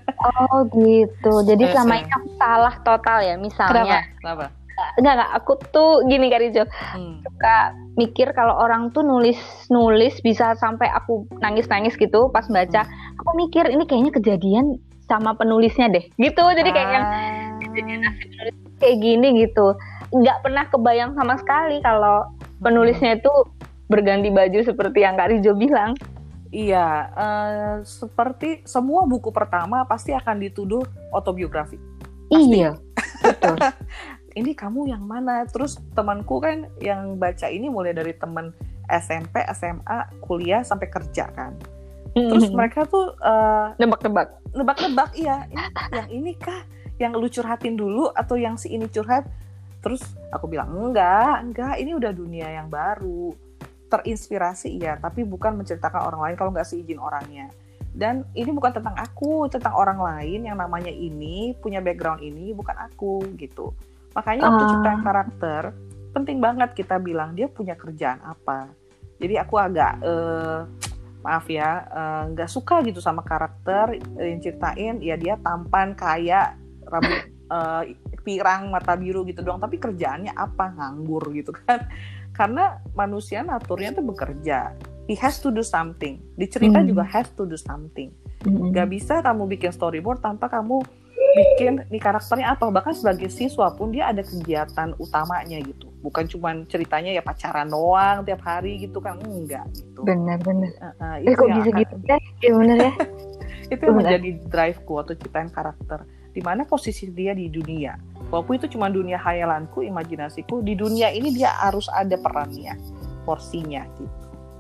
Oh gitu, jadi selama ini aku salah total ya misalnya. Kenapa? Kenapa? Enggak, enggak, aku tuh gini Kak Rijo, hmm. suka mikir kalau orang tuh nulis-nulis bisa sampai aku nangis-nangis gitu pas baca, hmm. aku mikir ini kayaknya kejadian sama penulisnya deh, gitu, jadi kayak ah. yang kejadian asli penulis kayak gini gitu. Nggak pernah kebayang sama sekali kalau penulisnya itu berganti baju seperti yang Kak Rijo bilang. Iya, uh, seperti semua buku pertama pasti akan dituduh autobiografi. Pasti. Iya, betul. Ini kamu yang mana? Terus temanku kan yang baca ini mulai dari teman S M P, S M A, kuliah sampai kerja kan. Terus mm-hmm. mereka tuh uh, nebak-nebak, nebak-nebak, iya. Ini, yang ini kah? Yang lu curhatin dulu atau yang si ini curhat? Terus aku bilang, enggak, enggak, ini udah dunia yang baru. Terinspirasi iya, tapi bukan menceritakan orang lain kalau nggak seizin orangnya. Dan ini bukan tentang aku, tentang orang lain yang namanya ini, punya background ini, bukan aku, gitu. Makanya waktu uh. ciptaan karakter, penting banget kita bilang dia punya kerjaan apa. Jadi aku agak, uh, maaf ya, uh, nggak suka gitu sama karakter yang ceritain, ya dia tampan, kaya, rambut uh, pirang, mata biru gitu doang, tapi kerjaannya apa? Nganggur gitu kan. Karena manusia naturnya tuh bekerja. He has to do something. Di cerita mm. juga has to do something. Mm. Gak bisa kamu bikin storyboard tanpa kamu bikin nih karakternya apa. Bahkan sebagai siswa pun dia ada kegiatan utamanya gitu. Bukan cuma ceritanya ya pacaran doang tiap hari gitu kan. Enggak gitu. Benar-benar. Uh, uh, eh kok bisa gitu ya? Ya benar ya. Itu yang menjadi drive-ku waktu ciptain karakter. Di mana posisi dia di dunia. Walaupun itu cuma dunia hayalanku, imajinasiku, di dunia ini dia harus ada perannya, porsinya gitu.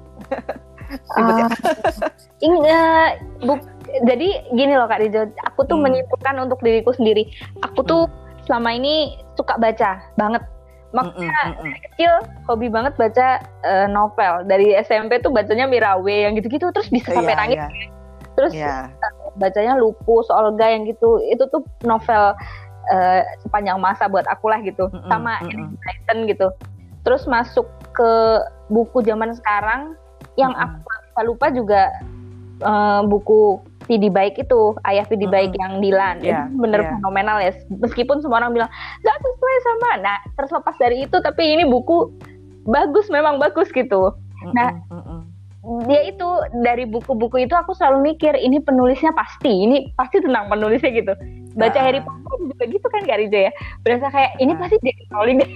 uh, ini, uh, bu- jadi gini loh Kak Rijo, aku tuh hmm. menyimpulkan untuk diriku sendiri. Aku tuh hmm. selama ini suka baca banget. Makanya mm, mm, mm. dari kecil hobi banget baca uh, novel. Dari S M P tuh bacanya Mirawe yang gitu-gitu, terus bisa sampai yeah, nangis. Yeah. Terus yeah. bacanya Lupus, Olga yang gitu. Itu tuh novel Uh, sepanjang masa buat aku lah gitu, mm-mm, sama mm-mm. Titan gitu. Terus masuk ke buku zaman sekarang yang mm-mm. aku lupa, lupa juga uh, buku Vidi Baik itu, Ayah Vidi mm-hmm. Baik yang Dilan. Yeah, itu bener yeah. fenomenal ya. Meskipun semua orang bilang gak sesuai sama. Nah, terlepas dari itu, tapi ini buku bagus, memang bagus gitu. Mm-hmm. Nah, mm-hmm. dia itu dari buku-buku itu aku selalu mikir ini penulisnya pasti, ini pasti tentang penulisnya gitu. Baca nah. Harry Potter juga gitu kan Kak Rijo ya, berasa kayak ini pasti J K Rowling deh.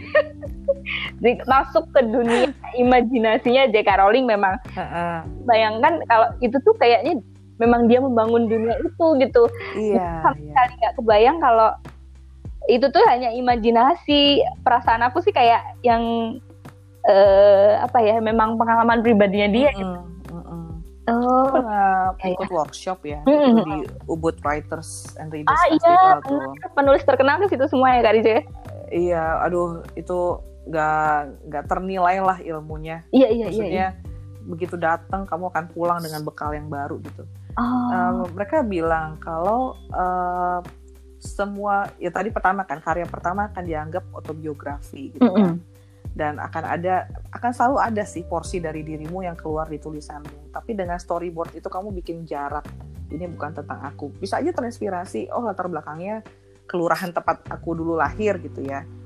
Masuk ke dunia imajinasinya J K Rowling memang. Uh-uh. Bayangkan kalau itu tuh kayaknya memang dia membangun dunia itu gitu. Iya. Sama iya. sekali nggak kebayang kalau itu tuh hanya imajinasi. Perasaan aku sih kayak yang uh, apa ya, memang pengalaman pribadinya dia. Uh-uh. Gitu. Oh, pernah ikut workshop ya mm-hmm. di Ubud Writers and Readers ah, Festival iya, tuh. Penulis terkenal ke situ semua ya Kak Rijo ya? Iya, aduh itu nggak nggak ternilai lah ilmunya. Iya iya Maksudnya, iya. Begitu datang kamu akan pulang dengan bekal yang baru gitu. Oh. Um, mereka bilang kalau uh, semua ya tadi pertama kan karya pertama akan dianggap autobiografi gitu mm-hmm. kan. Dan akan ada, akan selalu ada sih porsi dari dirimu yang keluar di tulisanmu. Tapi dengan storyboard itu kamu bikin jarak. Ini bukan tentang aku. Bisa aja terinspirasi, oh latar belakangnya kelurahan tempat aku dulu lahir gitu ya.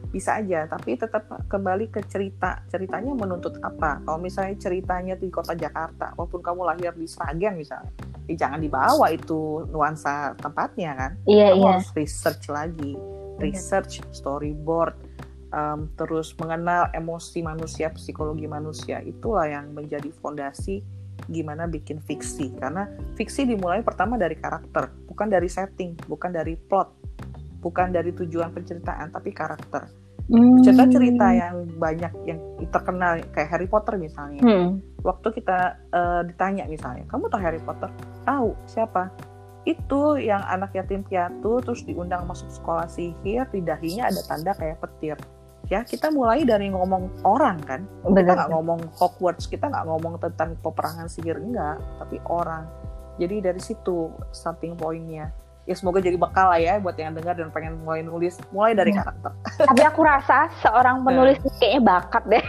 bisa aja, tapi tetap kembali ke cerita. Ceritanya menuntut apa? Kalau misalnya ceritanya di kota Jakarta, walaupun kamu lahir di Sragen misalnya, ya jangan dibawa itu nuansa tempatnya kan. Iya, Kamu iya. harus research lagi, research, storyboard, um, terus mengenal emosi manusia, psikologi manusia. Itulah yang menjadi fondasi gimana bikin fiksi. Karena fiksi dimulai pertama dari karakter, bukan dari setting, bukan dari plot, bukan dari tujuan penceritaan, tapi karakter. Hmm. Cerita-cerita yang banyak yang terkenal kayak Harry Potter misalnya. Hmm. Waktu kita uh, ditanya misalnya, kamu tahu Harry Potter? Tahu. Siapa? Itu yang anak yatim piatu terus diundang masuk sekolah sihir, di dahinya ada tanda kayak petir. Ya, kita mulai dari ngomong orang kan. Kita Benar. nggak ngomong Hogwarts, kita nggak ngomong tentang peperangan sihir, enggak, tapi orang. Jadi dari situ starting point-nya. Ya semoga jadi bekal lah ya buat yang dengar dan pengen mulai nulis, mulai dari Ya. karakter. Tapi aku rasa seorang penulis kayaknya bakat deh.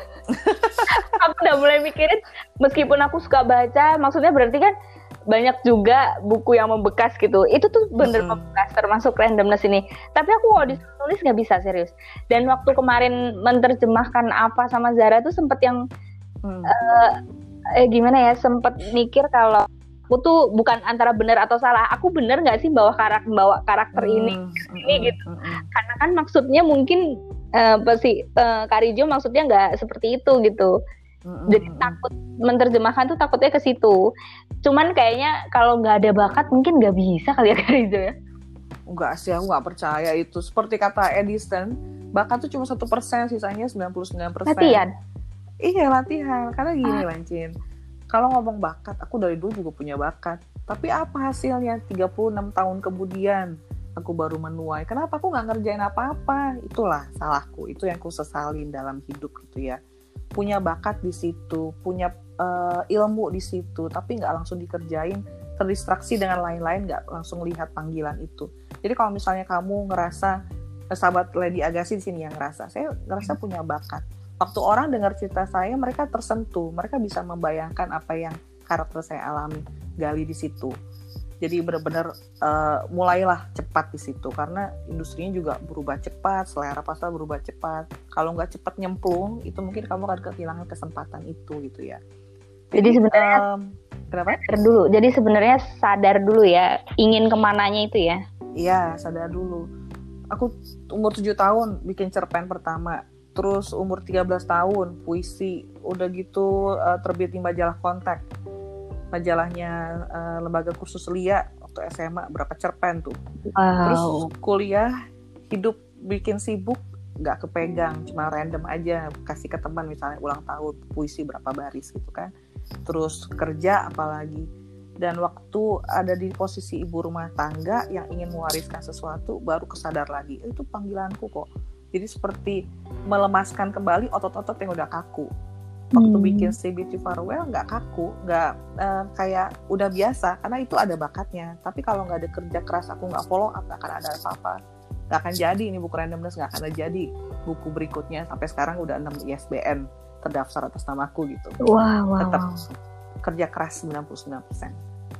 Aku udah mulai mikirin, meskipun aku suka baca, maksudnya berarti kan banyak juga buku yang membekas gitu. Itu tuh bener Mm-mm. membekas, termasuk randomness ini. Tapi aku kalau disuruh nulis nggak bisa, serius. Dan waktu kemarin menerjemahkan apa sama Zara tuh sempet yang Hmm. uh, eh gimana ya, sempet mikir kalau aku tuh bukan antara benar atau salah. Aku bener nggak sih bawa karakter bawa karakter ini Hmm. ini Mm-mm. gitu. Mm-mm. Karena kan maksudnya mungkin uh, pasti uh, Karijo maksudnya nggak seperti itu gitu. Mm-mm. Jadi takut menerjemahkan tuh takutnya ke situ. Cuman kayaknya kalau nggak ada bakat mungkin nggak bisa kali ya Karijo ya. Enggak sih, aku nggak percaya itu. Seperti kata Edison, bakat tuh cuma satu persen, sisanya sembilan puluh sembilan persen. Latihan. Iya, latihan. Karena gini, Ah. Lancin. Kalau ngomong bakat, aku dari dulu juga punya bakat. Tapi apa hasilnya? tiga puluh enam tahun kemudian aku baru menuai. Kenapa aku nggak ngerjain apa-apa? Itulah salahku. Itu yang aku sesalin dalam hidup gitu ya. Punya bakat di situ, punya uh, ilmu di situ, tapi nggak langsung dikerjain, terdistraksi dengan lain-lain, nggak langsung lihat panggilan itu. Jadi kalau misalnya kamu ngerasa, sahabat Lady Agassi di sini yang ngerasa, saya ngerasa punya bakat. Waktu orang dengar cerita saya, mereka tersentuh, mereka bisa membayangkan apa yang karakter saya alami, gali di situ. Jadi benar-benar uh, mulailah cepat di situ, karena industrinya juga berubah cepat, selera pasar berubah cepat. Kalau nggak cepat nyemplung, itu mungkin kamu akan kehilangan kesempatan itu gitu ya. Jadi sebenarnya um, kenapa? sadar dulu. Jadi sebenarnya sadar dulu ya, ingin kemananya itu ya. Iya, sadar dulu. Aku umur tujuh tahun bikin cerpen pertama. Terus umur tiga belas tahun puisi. Udah gitu uh, terbit di majalah Kontak. Majalahnya uh, lembaga kursus Lia waktu S M A, berapa cerpen tuh. Wow. Terus kuliah, hidup bikin sibuk, gak kepegang, cuma random aja kasih ke teman misalnya ulang tahun puisi berapa baris gitu kan. Terus kerja apalagi. Dan waktu ada di posisi ibu rumah tangga yang ingin mewariskan sesuatu, baru kesadar lagi, itu panggilanku kok. Jadi seperti melemaskan kembali otot-otot yang udah kaku. Waktu Hmm. bikin Say Beauty Farewell nggak kaku, nggak uh, kayak udah biasa, karena itu ada bakatnya. Tapi kalau nggak ada kerja keras, aku nggak follow up, nggak akan ada apa-apa. Nggak akan jadi ini buku randomness, nggak akan jadi buku berikutnya. Sampai sekarang udah enam I S B N terdaftar atas namaku gitu. Wah, wow, Tetap wow. kerja keras sembilan puluh sembilan persen.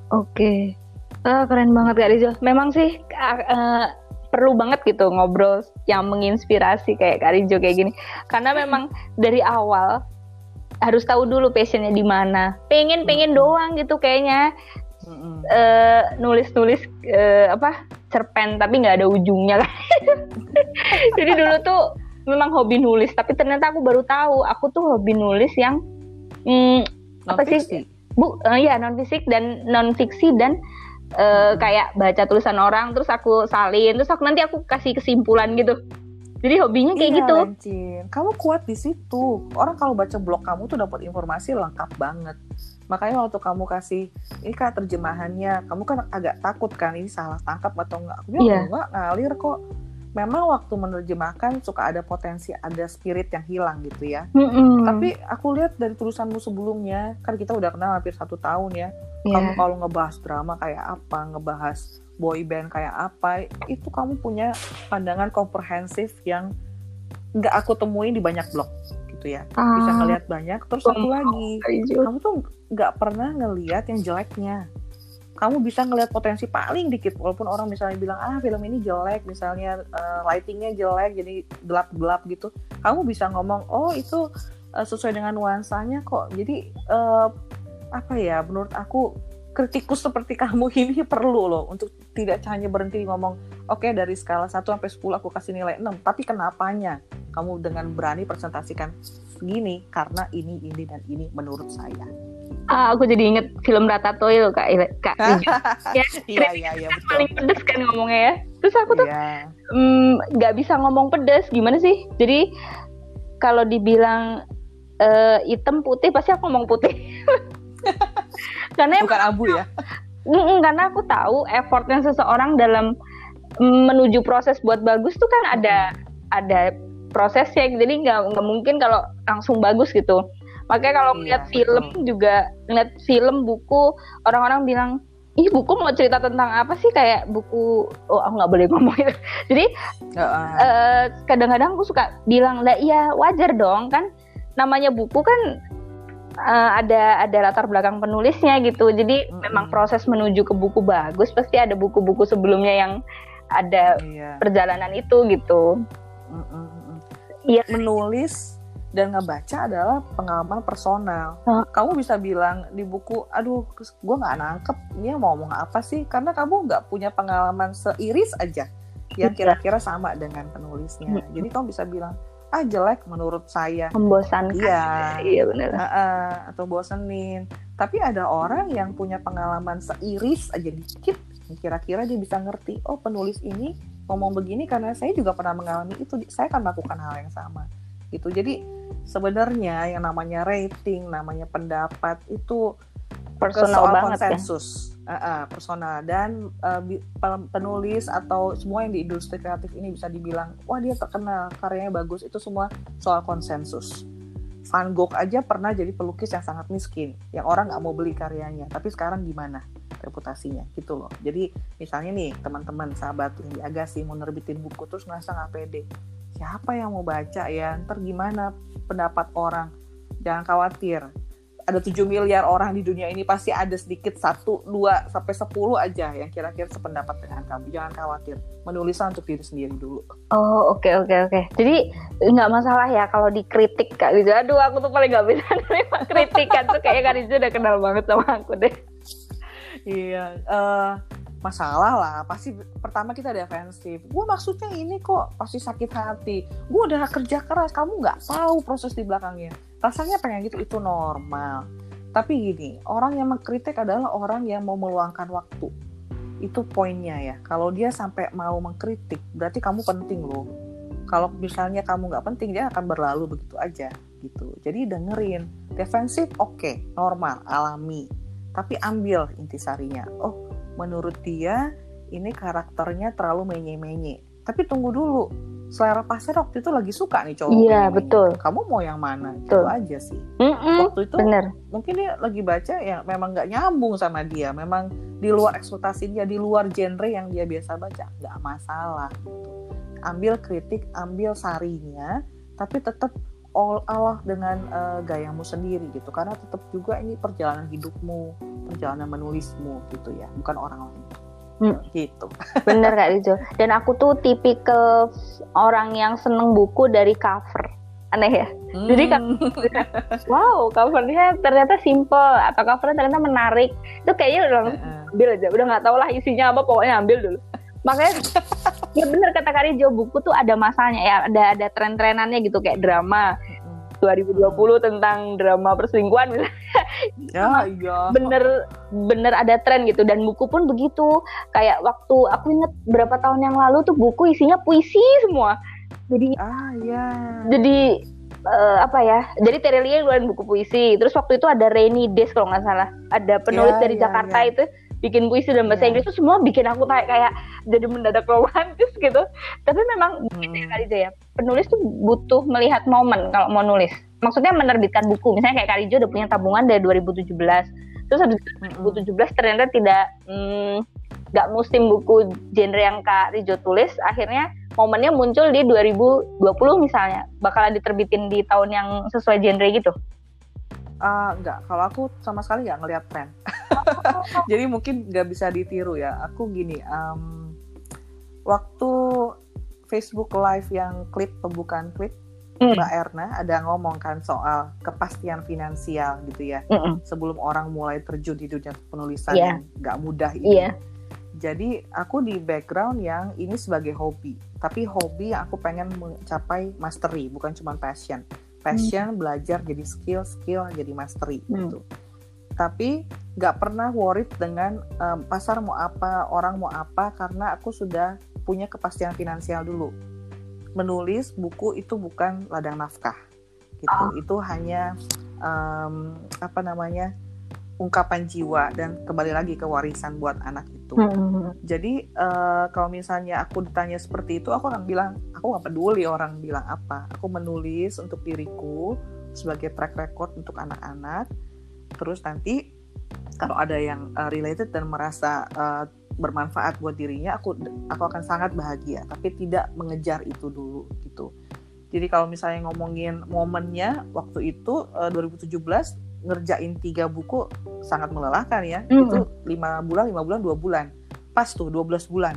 Oke. Ah, keren banget Kak Rizal. Memang sih uh, uh, perlu banget gitu ngobrol yang menginspirasi kayak Kak Rijo kayak gini. Karena memang dari awal harus tahu dulu passionnya di mana. Pengen-pengen doang gitu kayaknya. Mm-mm. Uh, nulis-nulis uh, apa cerpen tapi nggak ada ujungnya kan. Jadi dulu tuh memang hobi nulis, tapi ternyata aku baru tahu aku tuh hobi nulis yang hmm, apa sih? Non-fiksi. Bu, uh, ya non fisik dan non fiksi dan uh, Hmm. kayak baca tulisan orang terus aku salin terus aku nanti aku kasih kesimpulan gitu. Jadi hobinya kayak Iya, gitu. Lancin. Kamu kuat di situ. Orang kalau baca blog kamu tuh dapat informasi lengkap banget. Makanya waktu kamu kasih, ini Kak terjemahannya, kamu kan agak takut kan ini salah tangkap atau enggak. Aku bilang Iya. enggak, ngalir kok. Memang waktu menerjemahkan suka ada potensi, ada spirit yang hilang gitu ya. Mm-mm. Tapi aku lihat dari tulisanmu sebelumnya, kan kita udah kenal hampir satu tahun ya. Iya. Kamu kalau ngebahas drama kayak apa, ngebahas boy band kayak apa, itu kamu punya pandangan komprehensif yang nggak aku temuin di banyak blog gitu ya. Bisa Ah, ngelihat banyak. Terus satu lagi, Kak Rijo. kamu tuh nggak pernah ngelihat yang jeleknya. kamu bisa ngelihat potensi paling dikit, walaupun orang misalnya bilang ah film ini jelek, misalnya uh, lightingnya jelek jadi gelap-gelap gitu, kamu bisa ngomong oh itu uh, sesuai dengan nuansanya kok. Jadi uh, apa ya, menurut aku kritikus seperti kamu ini perlu loh untuk tidak hanya berhenti ngomong oke okay, dari skala satu sampai sepuluh aku kasih nilai enam, tapi kenapanya kamu dengan berani presentasikan segini karena ini ini dan ini menurut saya. Ah, aku jadi inget film Ratatouille loh, Kak. Kak. Ya, iya iya iya betul. Paling pedes kan ngomongnya ya. Terus aku tuh yeah. nggak mm, bisa ngomong pedes, gimana sih? Jadi kalau dibilang uh, hitam putih pasti aku ngomong putih. Karena bukan emang, abu ya. Mm, karena aku tahu effortnya seseorang dalam menuju proses buat bagus tuh kan ada hmm. ada prosesnya. Jadi nggak nggak mungkin kalau langsung bagus gitu. Makanya kalau ngeliat iya, film betul. juga ngeliat film buku, orang-orang bilang ih buku mau cerita tentang apa sih, kayak buku oh aku nggak boleh ngomong itu. Jadi uh, uh, kadang-kadang aku suka bilang lah iya wajar dong kan, namanya buku kan uh, ada ada latar belakang penulisnya gitu. Jadi mm-hmm. memang proses menuju ke buku bagus pasti ada buku-buku sebelumnya yang ada iya. perjalanan itu gitu. Iya mm-hmm. menulis dan ngebaca adalah pengalaman personal. Huh? Kamu bisa bilang di buku, aduh gue gak nangkep dia mau ngomong apa sih, karena kamu gak punya pengalaman seiris aja yang kira-kira sama dengan penulisnya. Hmm. Jadi kamu bisa bilang, ah jelek menurut saya, membosankan. Iya, iya benar. Uh-uh, atau bosenin. Tapi ada orang yang punya pengalaman seiris aja dikit, kira-kira dia bisa ngerti, oh penulis ini ngomong begini karena saya juga pernah mengalami itu, saya akan melakukan hal yang sama. Gitu. Jadi sebenarnya yang namanya rating, namanya pendapat itu personal banget konsensus, ya? uh, uh, personal dan uh, penulis atau semua yang di industri kreatif ini bisa dibilang wah dia terkenal, karyanya bagus, itu semua soal konsensus. Van Gogh aja pernah jadi pelukis yang sangat miskin, yang orang nggak mau beli karyanya, tapi sekarang gimana reputasinya gitu loh. Jadi misalnya nih teman-teman sahabat yang di Agassi mau nerbitin buku terus ngerasa nggak pede, siapa yang mau baca ya, ntar gimana pendapat orang. Jangan khawatir, ada tujuh miliar orang di dunia ini, pasti ada sedikit satu, dua, sampai sepuluh aja yang kira-kira sependapat dengan kamu. Jangan khawatir, menulislah untuk diri sendiri dulu. Oh oke okay, oke okay, oke okay. Jadi nggak masalah ya kalau dikritik Kak Rizo. Aduh aku tuh paling nggak bisa nerima kritikan tuh, kayaknya Kak Rizo udah kenal banget sama aku deh. Iya, uh, masalah lah, pasti pertama kita defensif. Gue maksudnya ini kok, pasti sakit hati. Gue udah kerja keras, kamu nggak tahu proses di belakangnya. Rasanya pengen gitu, itu normal. Tapi gini, orang yang mengkritik adalah orang yang mau meluangkan waktu. Itu poinnya ya. Kalau dia sampai mau mengkritik, berarti kamu penting loh. Kalau misalnya kamu nggak penting, dia akan berlalu begitu aja gitu. Jadi dengerin, defensif oke, okay, normal, alami. Tapi ambil intisarinya. Oh, menurut dia ini karakternya terlalu menye-menye. Tapi tunggu dulu, selera pasar waktu itu lagi suka nih cowok. Iya betul. Kamu mau yang mana? Betul. Itu aja sih. Mm-mm, waktu itu bener. Mungkin dia lagi baca ya memang nggak nyambung sama dia, memang di luar ekspektasi dia, di luar genre yang dia biasa baca, nggak masalah. Ambil kritik, ambil sarinya, tapi tetap all Allah dengan uh, gayamu sendiri gitu, karena tetap juga ini perjalanan hidupmu, perjalanan menulismu gitu ya, bukan orang lain. Hmm. Gitu. Bener Kak Rizo. Dan aku tuh tipikal orang yang seneng buku dari cover. Aneh ya. Hmm. Jadi kan, wow covernya ternyata simple atau covernya ternyata menarik. Itu kayaknya udah uh-uh. ambil aja. Udah nggak tahu lah isinya apa, pokoknya ambil dulu. Makanya ya bener kata Kak Rizo, buku tuh ada masanya ya, ada ada tren-trenannya gitu, kayak drama dua ribu dua puluh tentang drama perselingkuhan misalnya. Ya, iya. Bener bener ada tren gitu, dan buku pun begitu. Kayak waktu aku inget berapa tahun yang lalu tuh buku isinya puisi semua. Jadi ah ya. Jadi uh, apa ya? Jadi Terelia ngeluarin buku puisi. Terus waktu itu ada Rainy Days kalau nggak salah. Ada penulis ya, dari ya, Jakarta ya. Itu bikin puisi dalam bahasa yeah. Inggris itu semua bikin aku kayak kayak jadi mendadak romantis gitu. Tapi memang hmm. gitu ya Kak Rizo ya, penulis tuh butuh melihat momen kalau mau nulis. Maksudnya menerbitkan buku, misalnya kayak Kak Rizo udah punya tabungan dari dua ribu tujuh belas, terus habis dua ribu tujuh belas ternyata tidak nggak hmm, musim buku genre yang Kak Rizo tulis, akhirnya momennya muncul di dua ribu dua puluh misalnya, bakalan diterbitin di tahun yang sesuai genre gitu. Uh, enggak, kalau aku sama sekali nggak ngelihat tren. Jadi mungkin nggak bisa ditiru ya. Aku gini, um, waktu Facebook Live yang klip pembukaan klip, mm. Mbak Erna ada ngomong kan soal kepastian finansial gitu ya. Mm-mm. Sebelum orang mulai terjun di dunia penulisan yeah. yang nggak mudah ini. Yeah. Jadi aku di background yang ini sebagai hobi. Tapi hobi yang aku pengen mencapai mastery, bukan cuma passion. Passion mm. belajar jadi skill, skill jadi mastery mm. gitu. Tapi nggak pernah worried dengan um, pasar mau apa, orang mau apa, karena aku sudah punya kepastian finansial dulu. Menulis buku itu bukan ladang nafkah, gitu. Oh. Itu hanya um, apa namanya ungkapan jiwa dan kembali lagi ke warisan buat anak itu. Mm-hmm. Jadi uh, kalau misalnya aku ditanya seperti itu, aku akan bilang aku nggak peduli orang bilang apa. Aku menulis untuk diriku sebagai track record untuk anak-anak. Terus nanti kalau ada yang uh, related dan merasa uh, bermanfaat buat dirinya, aku aku akan sangat bahagia, tapi tidak mengejar itu dulu gitu. Jadi kalau misalnya ngomongin momennya waktu itu uh, dua ribu tujuh belas ngerjain tiga buku sangat melelahkan ya. Mm-hmm. Itu lima bulan, lima bulan, dua bulan. Pas tuh dua belas bulan.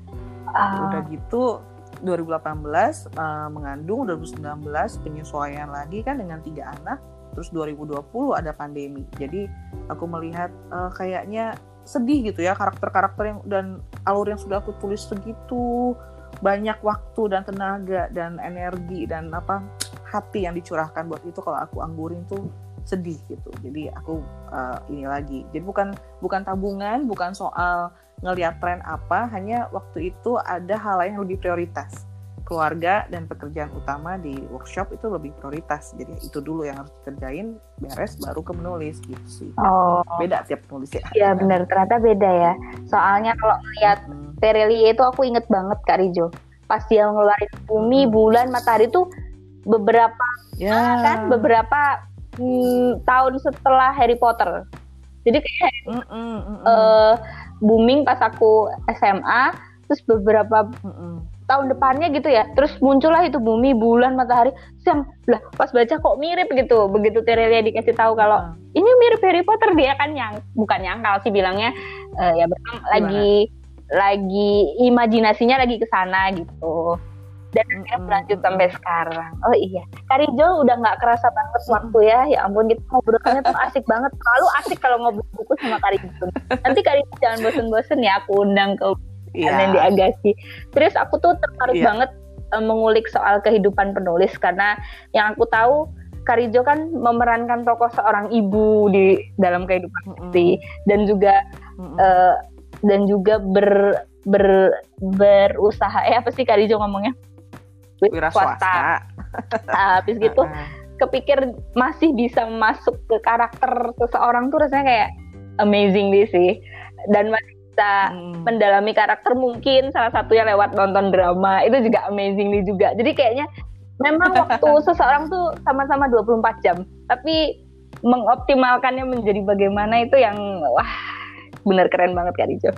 Uh. Udah gitu dua ribu delapan belas uh, mengandung, dua ribu sembilan belas penyesuaian lagi kan dengan tiga anak. Terus dua ribu dua puluh ada pandemi. Jadi aku melihat uh, kayaknya sedih gitu ya, karakter-karakter yang dan alur yang sudah aku tulis segitu banyak waktu dan tenaga dan energi dan apa hati yang dicurahkan buat itu, kalau aku anggurin tuh sedih gitu. Jadi aku uh, ini lagi. Jadi bukan bukan tabungan, bukan soal ngelihat tren apa, hanya waktu itu ada hal lain yang lebih prioritas. Keluarga dan pekerjaan utama di workshop itu lebih prioritas. Jadi itu dulu yang harus dikerjain, beres baru ke menulis gitu sih. Oh. Beda tiap penulis ya. Iya benar, ternyata beda ya. Soalnya kalau melihat hmm. Terelie itu aku inget banget Kak Rijo. Pas dia ngeluarin Bumi, Bulan, Matahari itu beberapa yeah. kan beberapa hmm, tahun setelah Harry Potter. Jadi kayak mm, mm, mm, mm. Uh, booming pas aku S M A, terus beberapa mm, mm. tahun depannya gitu ya, terus muncullah itu Bumi, Bulan, Matahari. Terus yang lah pas baca kok mirip gitu. Begitu Terelia dikasih tahu kalau hmm. ini mirip Harry Potter, dia kan yang bukan nyangkal sih bilangnya, uh, ya memang lagi lagi imajinasinya lagi ke sana gitu. Dan akhirnya hmm. berlanjut sampai sekarang. Oh iya, Kak Rijo udah nggak kerasa banget hmm. waktu ya. Ya ampun, kita ngobrolnya tuh asik banget. Terlalu asik kalau ngobrol buku sama Kak Rijo. Nanti Kak Rijo jangan bosen-bosen ya, aku undang ke yeah. di Agassi. Terus aku tuh tertarik yeah. banget uh, mengulik soal kehidupan penulis, karena yang aku tahu Kak Rijo kan memerankan tokoh seorang ibu di dalam kehidupan mm-hmm. dan juga mm-hmm. uh, dan juga ber, ber berusaha eh apa sih Kak Rijo ngomongnya? Wira swasta. Uh, habis gitu kepikir masih bisa masuk ke karakter seseorang tuh rasanya kayak amazing deh sih, dan masih bisa hmm. mendalami karakter mungkin salah satunya lewat nonton drama, itu juga amazing nih juga. Jadi kayaknya memang waktu seseorang tuh sama-sama dua puluh empat jam, tapi mengoptimalkannya menjadi bagaimana itu yang wah bener keren banget Kak Rijo.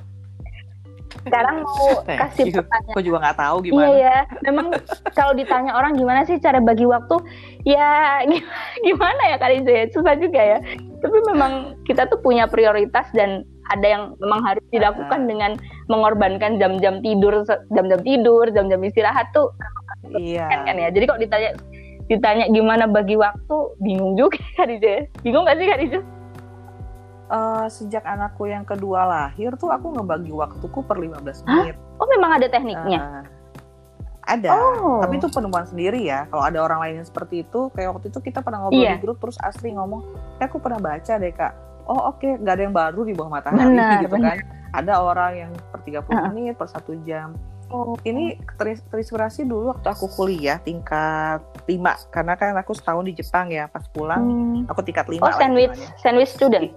Sekarang mau kasih pertanyaan. Aku juga nggak tahu gimana. Iya ya, memang kalau ditanya orang gimana sih cara bagi waktu, ya gimana ya Kak Rijo ya, susah juga ya. Tapi memang kita tuh punya prioritas dan ada yang memang harus dilakukan uh, dengan mengorbankan jam-jam tidur, jam-jam tidur, jam-jam istirahat tuh. Iya. Kan ya. Jadi kok ditanya ditanya gimana bagi waktu, bingung juga Kak Rijo ya. Bingung nggak sih Kak Rijo? Uh, sejak anakku yang kedua lahir tuh aku ngebagi waktuku per lima belas menit. Hah? Oh memang ada tekniknya? Uh, ada, oh. Tapi itu penemuan sendiri ya. Kalau ada orang lain yang seperti itu, kayak waktu itu kita pernah ngobrol yeah. di grup, terus Asri ngomong, kayak aku pernah baca deh Kak. Oh oke, okay. Nggak ada yang baru di bawah matahari benar, gitu benar. Kan. Ada orang yang per tiga puluh uh-huh. menit, per satu jam. Oh. Ini ter- terinspirasi dulu waktu aku kuliah tingkat lima. Karena kan aku setahun di Jepang ya, pas pulang hmm. aku tingkat lima. Oh sandwich, sandwich student?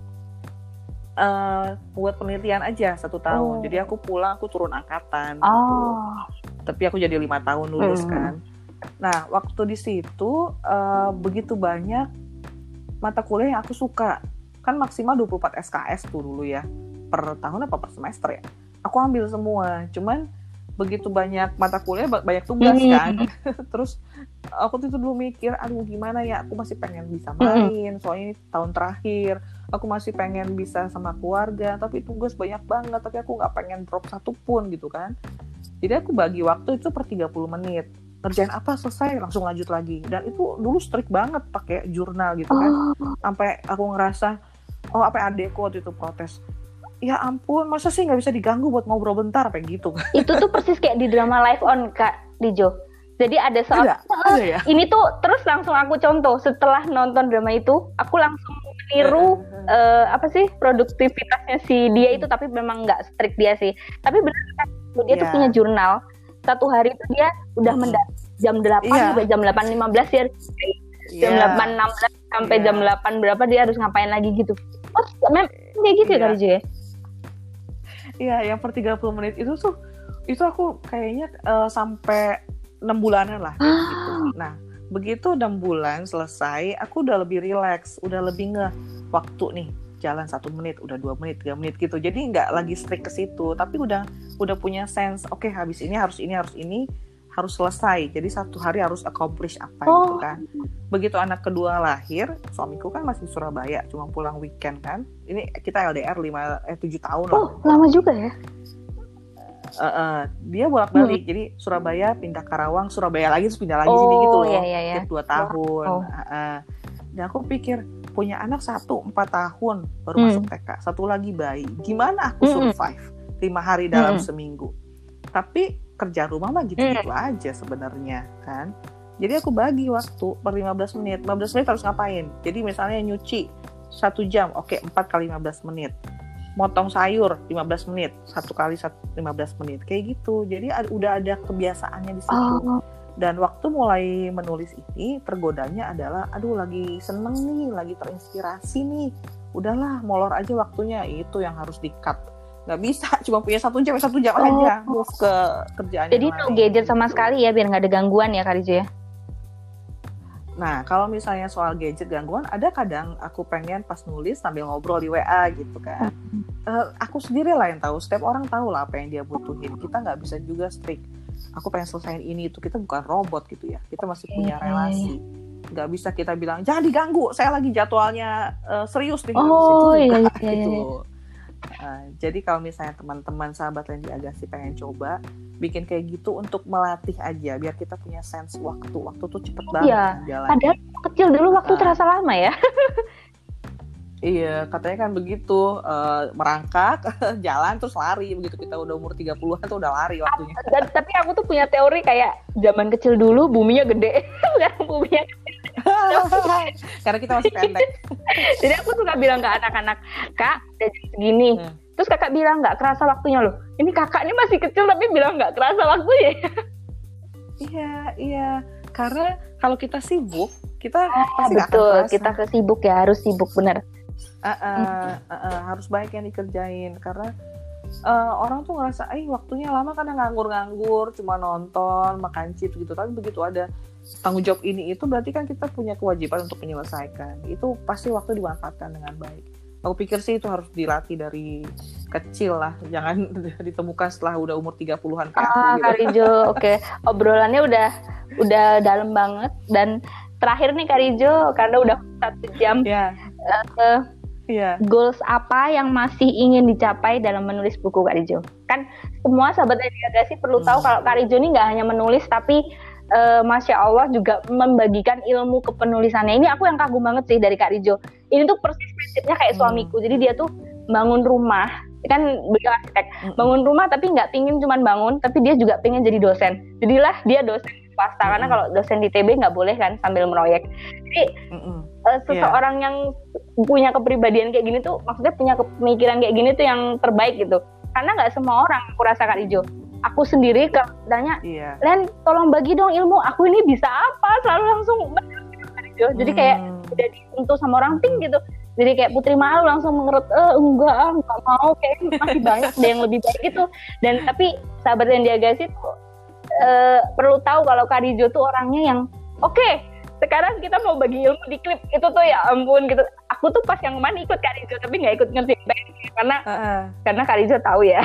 Uh, buat penelitian aja satu tahun. Oh. Jadi aku pulang, aku turun angkatan. Oh. Gitu. Tapi aku jadi lima tahun lulus hmm. kan. Nah waktu di situ uh, begitu banyak mata kuliah yang aku suka. Kan maksimal dua puluh empat S K S tuh dulu ya, per tahun apa per semester ya. Aku ambil semua, cuman begitu banyak mata kuliah, banyak tugas mm-hmm. kan. Terus aku tuh dulu mikir, aduh gimana ya, aku masih pengen bisa main, mm-hmm. soalnya ini tahun terakhir. aku masih pengen bisa sama keluarga, tapi tugas banyak banget, tapi aku nggak pengen drop satu pun gitu kan. Jadi aku bagi waktu itu per tiga puluh menit, kerjaan apa selesai langsung lanjut lagi. Dan itu dulu strict banget pakai jurnal gitu kan, Oh. sampai aku ngerasa, oh apa adekku waktu itu protes, ya ampun masa sih nggak bisa diganggu buat ngobrol bentar kayak gitu. Itu tuh persis kayak di drama Live On Kak Dijo. Jadi ada seorang Ada, ada ya? ini tuh terus langsung aku contoh setelah nonton drama itu, aku langsung meniru uh, apa sih produktivitasnya si dia itu, tapi memang nggak strict dia sih. Tapi benar kan dia Yeah. tuh punya jurnal. Satu hari itu dia udah Mm-hmm. mendapat jam delapan Yeah. sampai jam delapan lima belas ya. Jam Yeah. delapan enam belas sampai Yeah. jam delapan berapa dia harus ngapain lagi gitu. Oh, memang kayak gitu ya Yeah. Kak Rijo ya? Iya, yang per tiga puluh menit itu tuh, itu aku kayaknya uh, sampai enam bulanan lah kayak gitu. Nah, begitu enam bulan selesai, aku udah lebih relax, udah lebih nge waktu nih, jalan satu menit, udah dua menit, tiga menit gitu. Jadi nggak lagi strict ke situ, tapi udah udah punya sense, oke okay, habis ini harus ini harus ini harus selesai. Jadi satu hari harus accomplish apa Oh. gitu kan. Begitu anak kedua lahir, suamiku kan masih di Surabaya, cuma pulang weekend kan. Ini kita L D R lima eh tujuh tahun lah. Oh, lama juga ya? Uh, uh, dia bolak-balik, Hmm. jadi Surabaya pindah Karawang, Surabaya lagi terus pindah lagi Oh, sini gitu loh, iya, iya, iya. tiap dua tahun. Oh. Uh, uh. Dan aku pikir punya anak satu empat tahun baru Hmm. masuk T K, satu lagi bayi, gimana aku Hmm. survive lima hari dalam Hmm. seminggu? Tapi kerja rumah mah gitu-gitu aja sebenarnya kan. Jadi aku bagi waktu per lima belas menit, lima belas menit harus ngapain? Jadi misalnya nyuci satu jam, oke empat kali lima belas menit. Motong sayur lima belas menit, satu kali lima belas menit, kayak gitu. Jadi ad, udah ada kebiasaannya di situ. Oh. Dan waktu mulai menulis ini, tergodanya adalah, aduh lagi seneng nih, lagi terinspirasi nih. Udahlah, molor aja waktunya, itu yang harus di-cut. Nggak bisa, cuma punya satu jam, satu jam Oh. aja, move ke kerjaan Jadi yang no lain. gadget sama sekali ya, biar nggak ada gangguan ya Kak Rijo ya? Nah, kalau misalnya soal gadget gangguan, ada kadang aku pengen pas nulis sambil ngobrol di W A gitu kan. Uh, aku sendiri lah yang tahu, setiap orang tahu lah apa yang dia butuhin. Kita nggak bisa juga strict. Aku pengen selesaiin ini itu, kita bukan robot gitu ya. Kita masih punya relasi. Nggak bisa kita bilang jangan diganggu, saya lagi jadwalnya uh, serius nih. Nggak bisa Oh juga, iya, iya, gitu. iya. Uh, jadi kalau misalnya teman-teman sahabat Lendy Agassi pengen coba bikin kayak gitu untuk melatih aja, biar kita punya sense waktu. Waktu tuh cepet banget Iya, kan jalan. padahal kecil dulu waktu Uh, terasa lama ya. Iya, katanya kan begitu, uh, merangkak, jalan terus lari. Begitu kita udah umur tiga puluhan tuh udah lari waktunya. Dan, tapi aku tuh punya teori kayak zaman kecil dulu buminya gede, sekarang buminya kecil. Karena kita masih pendek. Jadi aku suka bilang ke anak-anak, Kak, udah jam segini. Hmm. Terus kakak bilang nggak kerasa waktunya loh. Ini kakaknya masih kecil tapi bilang nggak kerasa waktunya. Iya, iya. Karena kalau kita sibuk, kita Ah, pasti nggak akan betul, kerasa. kita kesibuk ya, harus sibuk bener. Uh, uh, uh, uh, harus baik yang dikerjain. Karena uh, orang tuh ngerasa, eh waktunya lama karena nganggur-nganggur, cuma nonton, makan chips gitu. Tapi begitu ada tanggung jawab ini itu, berarti kan kita punya kewajiban untuk menyelesaikan. Itu pasti waktu dimanfaatkan dengan baik. Aku pikir sih itu harus dilatih dari kecil lah, jangan ditemukan setelah udah umur tiga puluhan kayak aku Ah, gitu. Kak Rijo, oke. Obrolannya udah udah dalam banget. Dan terakhir nih Kak Rijo, karena udah satu jam, Iya, uh, iya. goals apa yang masih ingin dicapai dalam menulis buku Kak Rijo? Kan semua sahabat Lendy Agassi perlu tahu Hmm. kalau Kak Rijo ini nggak hanya menulis, tapi uh, Masya Allah juga membagikan ilmu kepenulisannya. Ini aku yang kagum banget sih dari Kak Rijo. Ini tuh persis prinsipnya kayak Hmm. suamiku. Jadi dia tuh bangun rumah, kan beliau arsitek, bangun rumah tapi nggak pingin cuman bangun, tapi dia juga pengen jadi dosen. Jadilah dia dosen swasta, Mm-mm. karena kalau dosen di T B nggak boleh kan sambil meroyek. Jadi Mm-mm. uh, seseorang yang punya kepribadian kayak gini tuh, maksudnya punya pemikiran kayak gini tuh yang terbaik gitu. Karena nggak semua orang, aku rasa Kak Rijo. Aku sendiri kalau tanya, Iya. Len tolong bagi dong ilmu, aku ini bisa apa? Selalu langsung bener gitu Kak Rijo. Jadi kayak Hmm. udah disentuh sama orang ting gitu. Jadi kayak Putri malu langsung mengerut, eh enggak, ah, enggak mau, kayak masih banyak deh yang lebih baik gitu. Dan tapi sahabat Lendy Agassi tuh eh, perlu tahu kalau Kak Rijo tuh orangnya yang oke, okay, sekarang kita mau bagi ilmu di klip itu tuh ya ampun gitu. Aku tuh pas yang kemarin ikut Kak Rijo tapi nggak ikut nge-feedback karena Uh-uh. karena Kak Rijo tahu ya.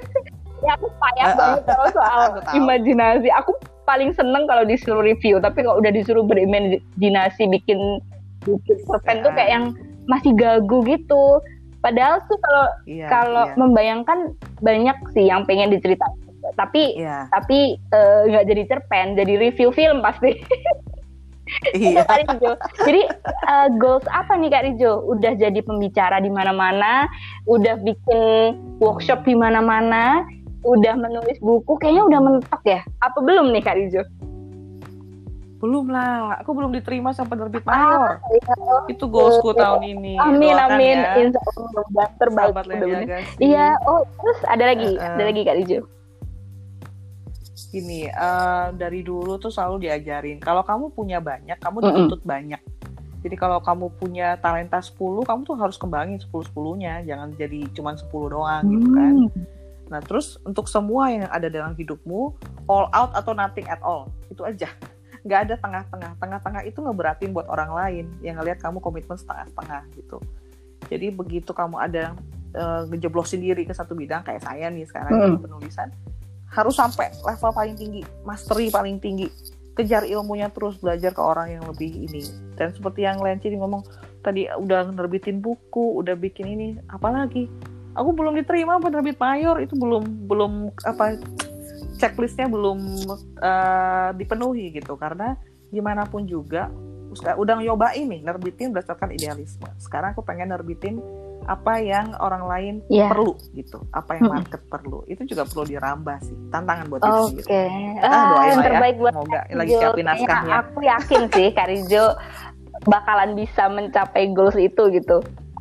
Ya aku payah Uh-uh. banget kalau soal Aku tahu. imajinasi. Aku paling seneng kalau disuruh review, tapi kalau udah disuruh berimajinasi bikin bikin cerpen tuh kayak yang masih gagu gitu. Padahal tuh kalau Iya, kalau iya. membayangkan banyak sih yang pengen diceritain. Tapi Iya. tapi eh, nggak jadi cerpen, jadi review film pasti. Iya. Kak Rijo. Jadi uh, goals apa nih Kak Rijo? Udah jadi pembicara di mana-mana, udah bikin workshop di mana-mana, udah menulis buku, kayaknya udah mentok ya? Apa belum nih Kak Rijo? Belum lah, aku belum diterima sama penerbit mayor. Ah, iya. Itu goalsku tahun ini. Amin, Doakan amin. ya. Insya Allah udah terbaik. Sahabat Lendy Agassi. Iya, oh terus ada lagi, Uh-uh. ada lagi Kak Rijo. Gini, uh, dari dulu tuh selalu diajarin, kalau kamu punya banyak, kamu Mm-mm. dituntut banyak. Jadi kalau kamu punya talenta sepuluh, kamu tuh harus kembangin sepuluh-sepuluhnya, jangan jadi cuma sepuluh doang gitu kan. Hmm. Nah terus untuk semua yang ada dalam hidupmu, all out atau nothing at all, itu aja. Nggak ada tengah-tengah. Tengah-tengah itu ngeberatin buat orang lain, yang ngelihat kamu komitmen setengah-setengah gitu. Jadi begitu kamu ada uh, ngejeblosin diri ke satu bidang, kayak saya nih sekarang Mm. di penulisan, harus sampai level paling tinggi, mastery paling tinggi, kejar ilmunya terus, belajar ke orang yang lebih ini. Dan seperti yang Lenci ngomong tadi, udah nerbitin buku, udah bikin ini, apalagi aku belum diterima penerbit mayor, itu belum belum apa checklistnya belum uh, dipenuhi gitu, karena gimana pun juga udah nyobain nih nerbitin berdasarkan idealisme. Sekarang aku pengen nerbitin apa yang orang lain Yeah. perlu gitu, apa yang market perlu, itu juga perlu dirambah sih, tantangan buat diri Oke, sendiri. okay. Ah, ah, doain yang lah ya, terbaik buat semoga Kak lagi Rijo. siapin Kayaknya naskahnya. aku yakin sih Kak Rijo bakalan bisa mencapai goals itu gitu.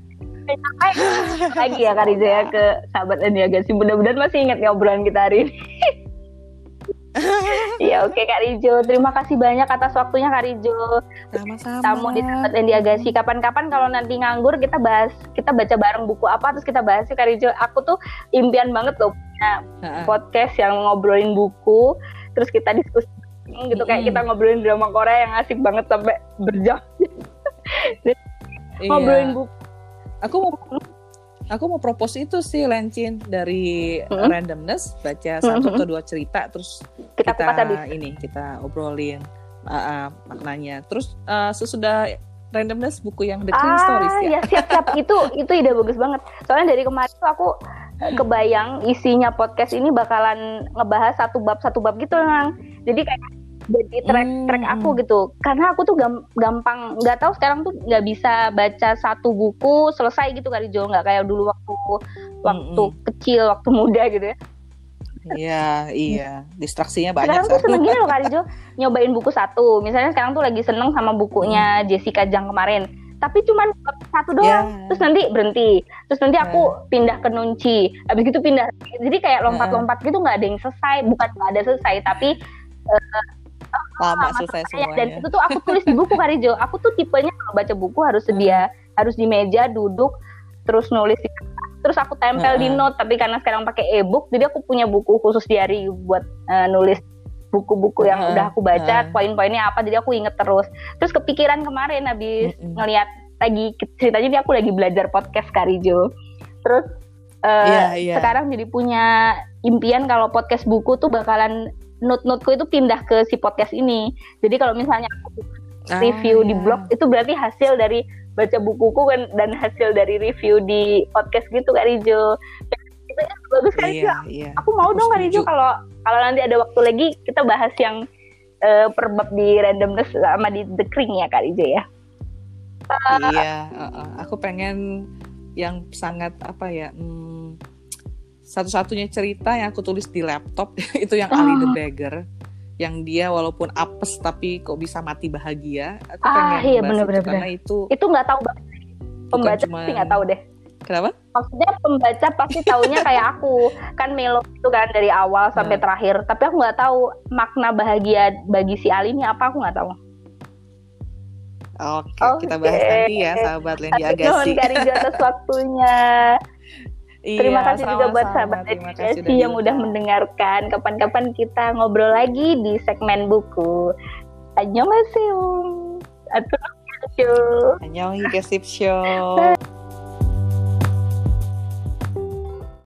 Lagi ya Kak Rijo ya ke sahabat Lendy Agassi. Mudah-mudahan masih ingat ngobrolan kita hari ini. Iya, oke okay, Kak Rijo. Terima kasih banyak atas waktunya Kak Rijo. Sama-sama. Tamu di sahabat Lendy Agassi. Kapan-kapan kalau nanti nganggur kita bahas, kita baca bareng buku apa terus kita bahas yuk Kak Rijo. Aku tuh impian banget loh punya Ha-ha. podcast yang ngobrolin buku, terus kita diskusi gitu, kayak Mm-mm. kita ngobrolin drama Korea yang asik banget sampai berjam. Iya. Ngobrolin buku. Aku mau aku mau propose itu sih, Lencin, dari Hmm? randomness, baca satu Hmm. atau dua cerita, terus Kita kita, kupas habis. ini kita obrolin uh, uh, maknanya. Terus uh, sesudah randomness, buku yang The King Ah, Stories ya. ya siap-siap. itu itu ide bagus banget. Soalnya dari kemarin tuh aku eh, kebayang isinya podcast ini bakalan ngebahas satu bab satu bab gitu Nang. Jadi kayak jadi track-track Hmm. aku gitu. Karena aku tuh gam- gampang, nggak tahu sekarang tuh nggak bisa baca satu buku selesai gitu Kak Rijo, nggak kayak dulu waktu waktu Mm-mm. kecil, waktu muda gitu ya. Iya, iya. Distraksinya banyak. Sekarang tuh sekarang. seneng gini loh Kak Rijo, nyobain buku satu. Misalnya sekarang tuh lagi seneng sama bukunya Jessica Jang kemarin. Tapi cuman bab satu doang, Ya. terus nanti berhenti. Terus nanti aku pindah ke Nunci, habis gitu pindah. Jadi kayak lompat-lompat gitu, nggak ada yang selesai. Bukan nggak ada selesai, tapi eh, Lama lama selesai selesai. semuanya. Dan itu tuh aku tulis di buku Kak Rijo. Aku tuh tipenya kalau baca buku harus sedia, harus di meja duduk, terus nulis di kertas, terus aku tempel di Uh-uh. note. Tapi karena sekarang pakai e-book, jadi aku punya buku khusus diary buat eh, nulis buku-buku yang Uh-uh. udah aku baca, Uh-uh. poin-poinnya apa, jadi aku inget terus. Terus kepikiran kemarin habis Mm-mm. ngelihat lagi ceritanya, dia aku lagi belajar podcast Kak Rijo. Terus eh, Iya, iya. sekarang jadi punya impian kalau podcast buku tuh bakalan note-noteku itu pindah ke si podcast ini. Jadi kalau misalnya aku Ah, review di iya. blog, itu berarti hasil dari baca bukuku kan, dan hasil dari review di podcast gitu Kak Rijo. Itu kan bagus Kak Rijo. Iya, iya. Aku mau Aku dong Kak Rijo setuju. kalau kalau nanti ada waktu lagi kita bahas yang eh, per bab di randomness sama di The Kring ya Kak Rijo ya. Iya, uh-uh. Aku pengen yang sangat apa ya, hmm, satu-satunya cerita yang aku tulis di laptop itu yang Ali the Beggar, yang dia walaupun apes tapi kok bisa mati bahagia. Aku Ah, pengen iya, bahas bener, itu bener, karena itu Itu nggak tahu banget. Pembaca cuman- pasti nggak tahu deh. kenapa? Maksudnya pembaca pasti taunya kayak aku, kan melo itu kan dari awal sampai Hmm. terakhir. Tapi aku nggak tahu makna bahagia bagi si Ali ini apa, aku nggak tahu. Oke, Oke. kita bahas nanti ya, sahabat Lendy Tapi nuhun Agassi. Kak Rijo atas waktunya. Terima Iya, kasih juga buat sama-sama. sahabat Terima Lendy kasih Agassi yang udah diundang. mendengarkan. Kapan-kapan kita ngobrol lagi di segmen buku. Annyeonghaseyo. Atau Annyeong, Hikesip Show.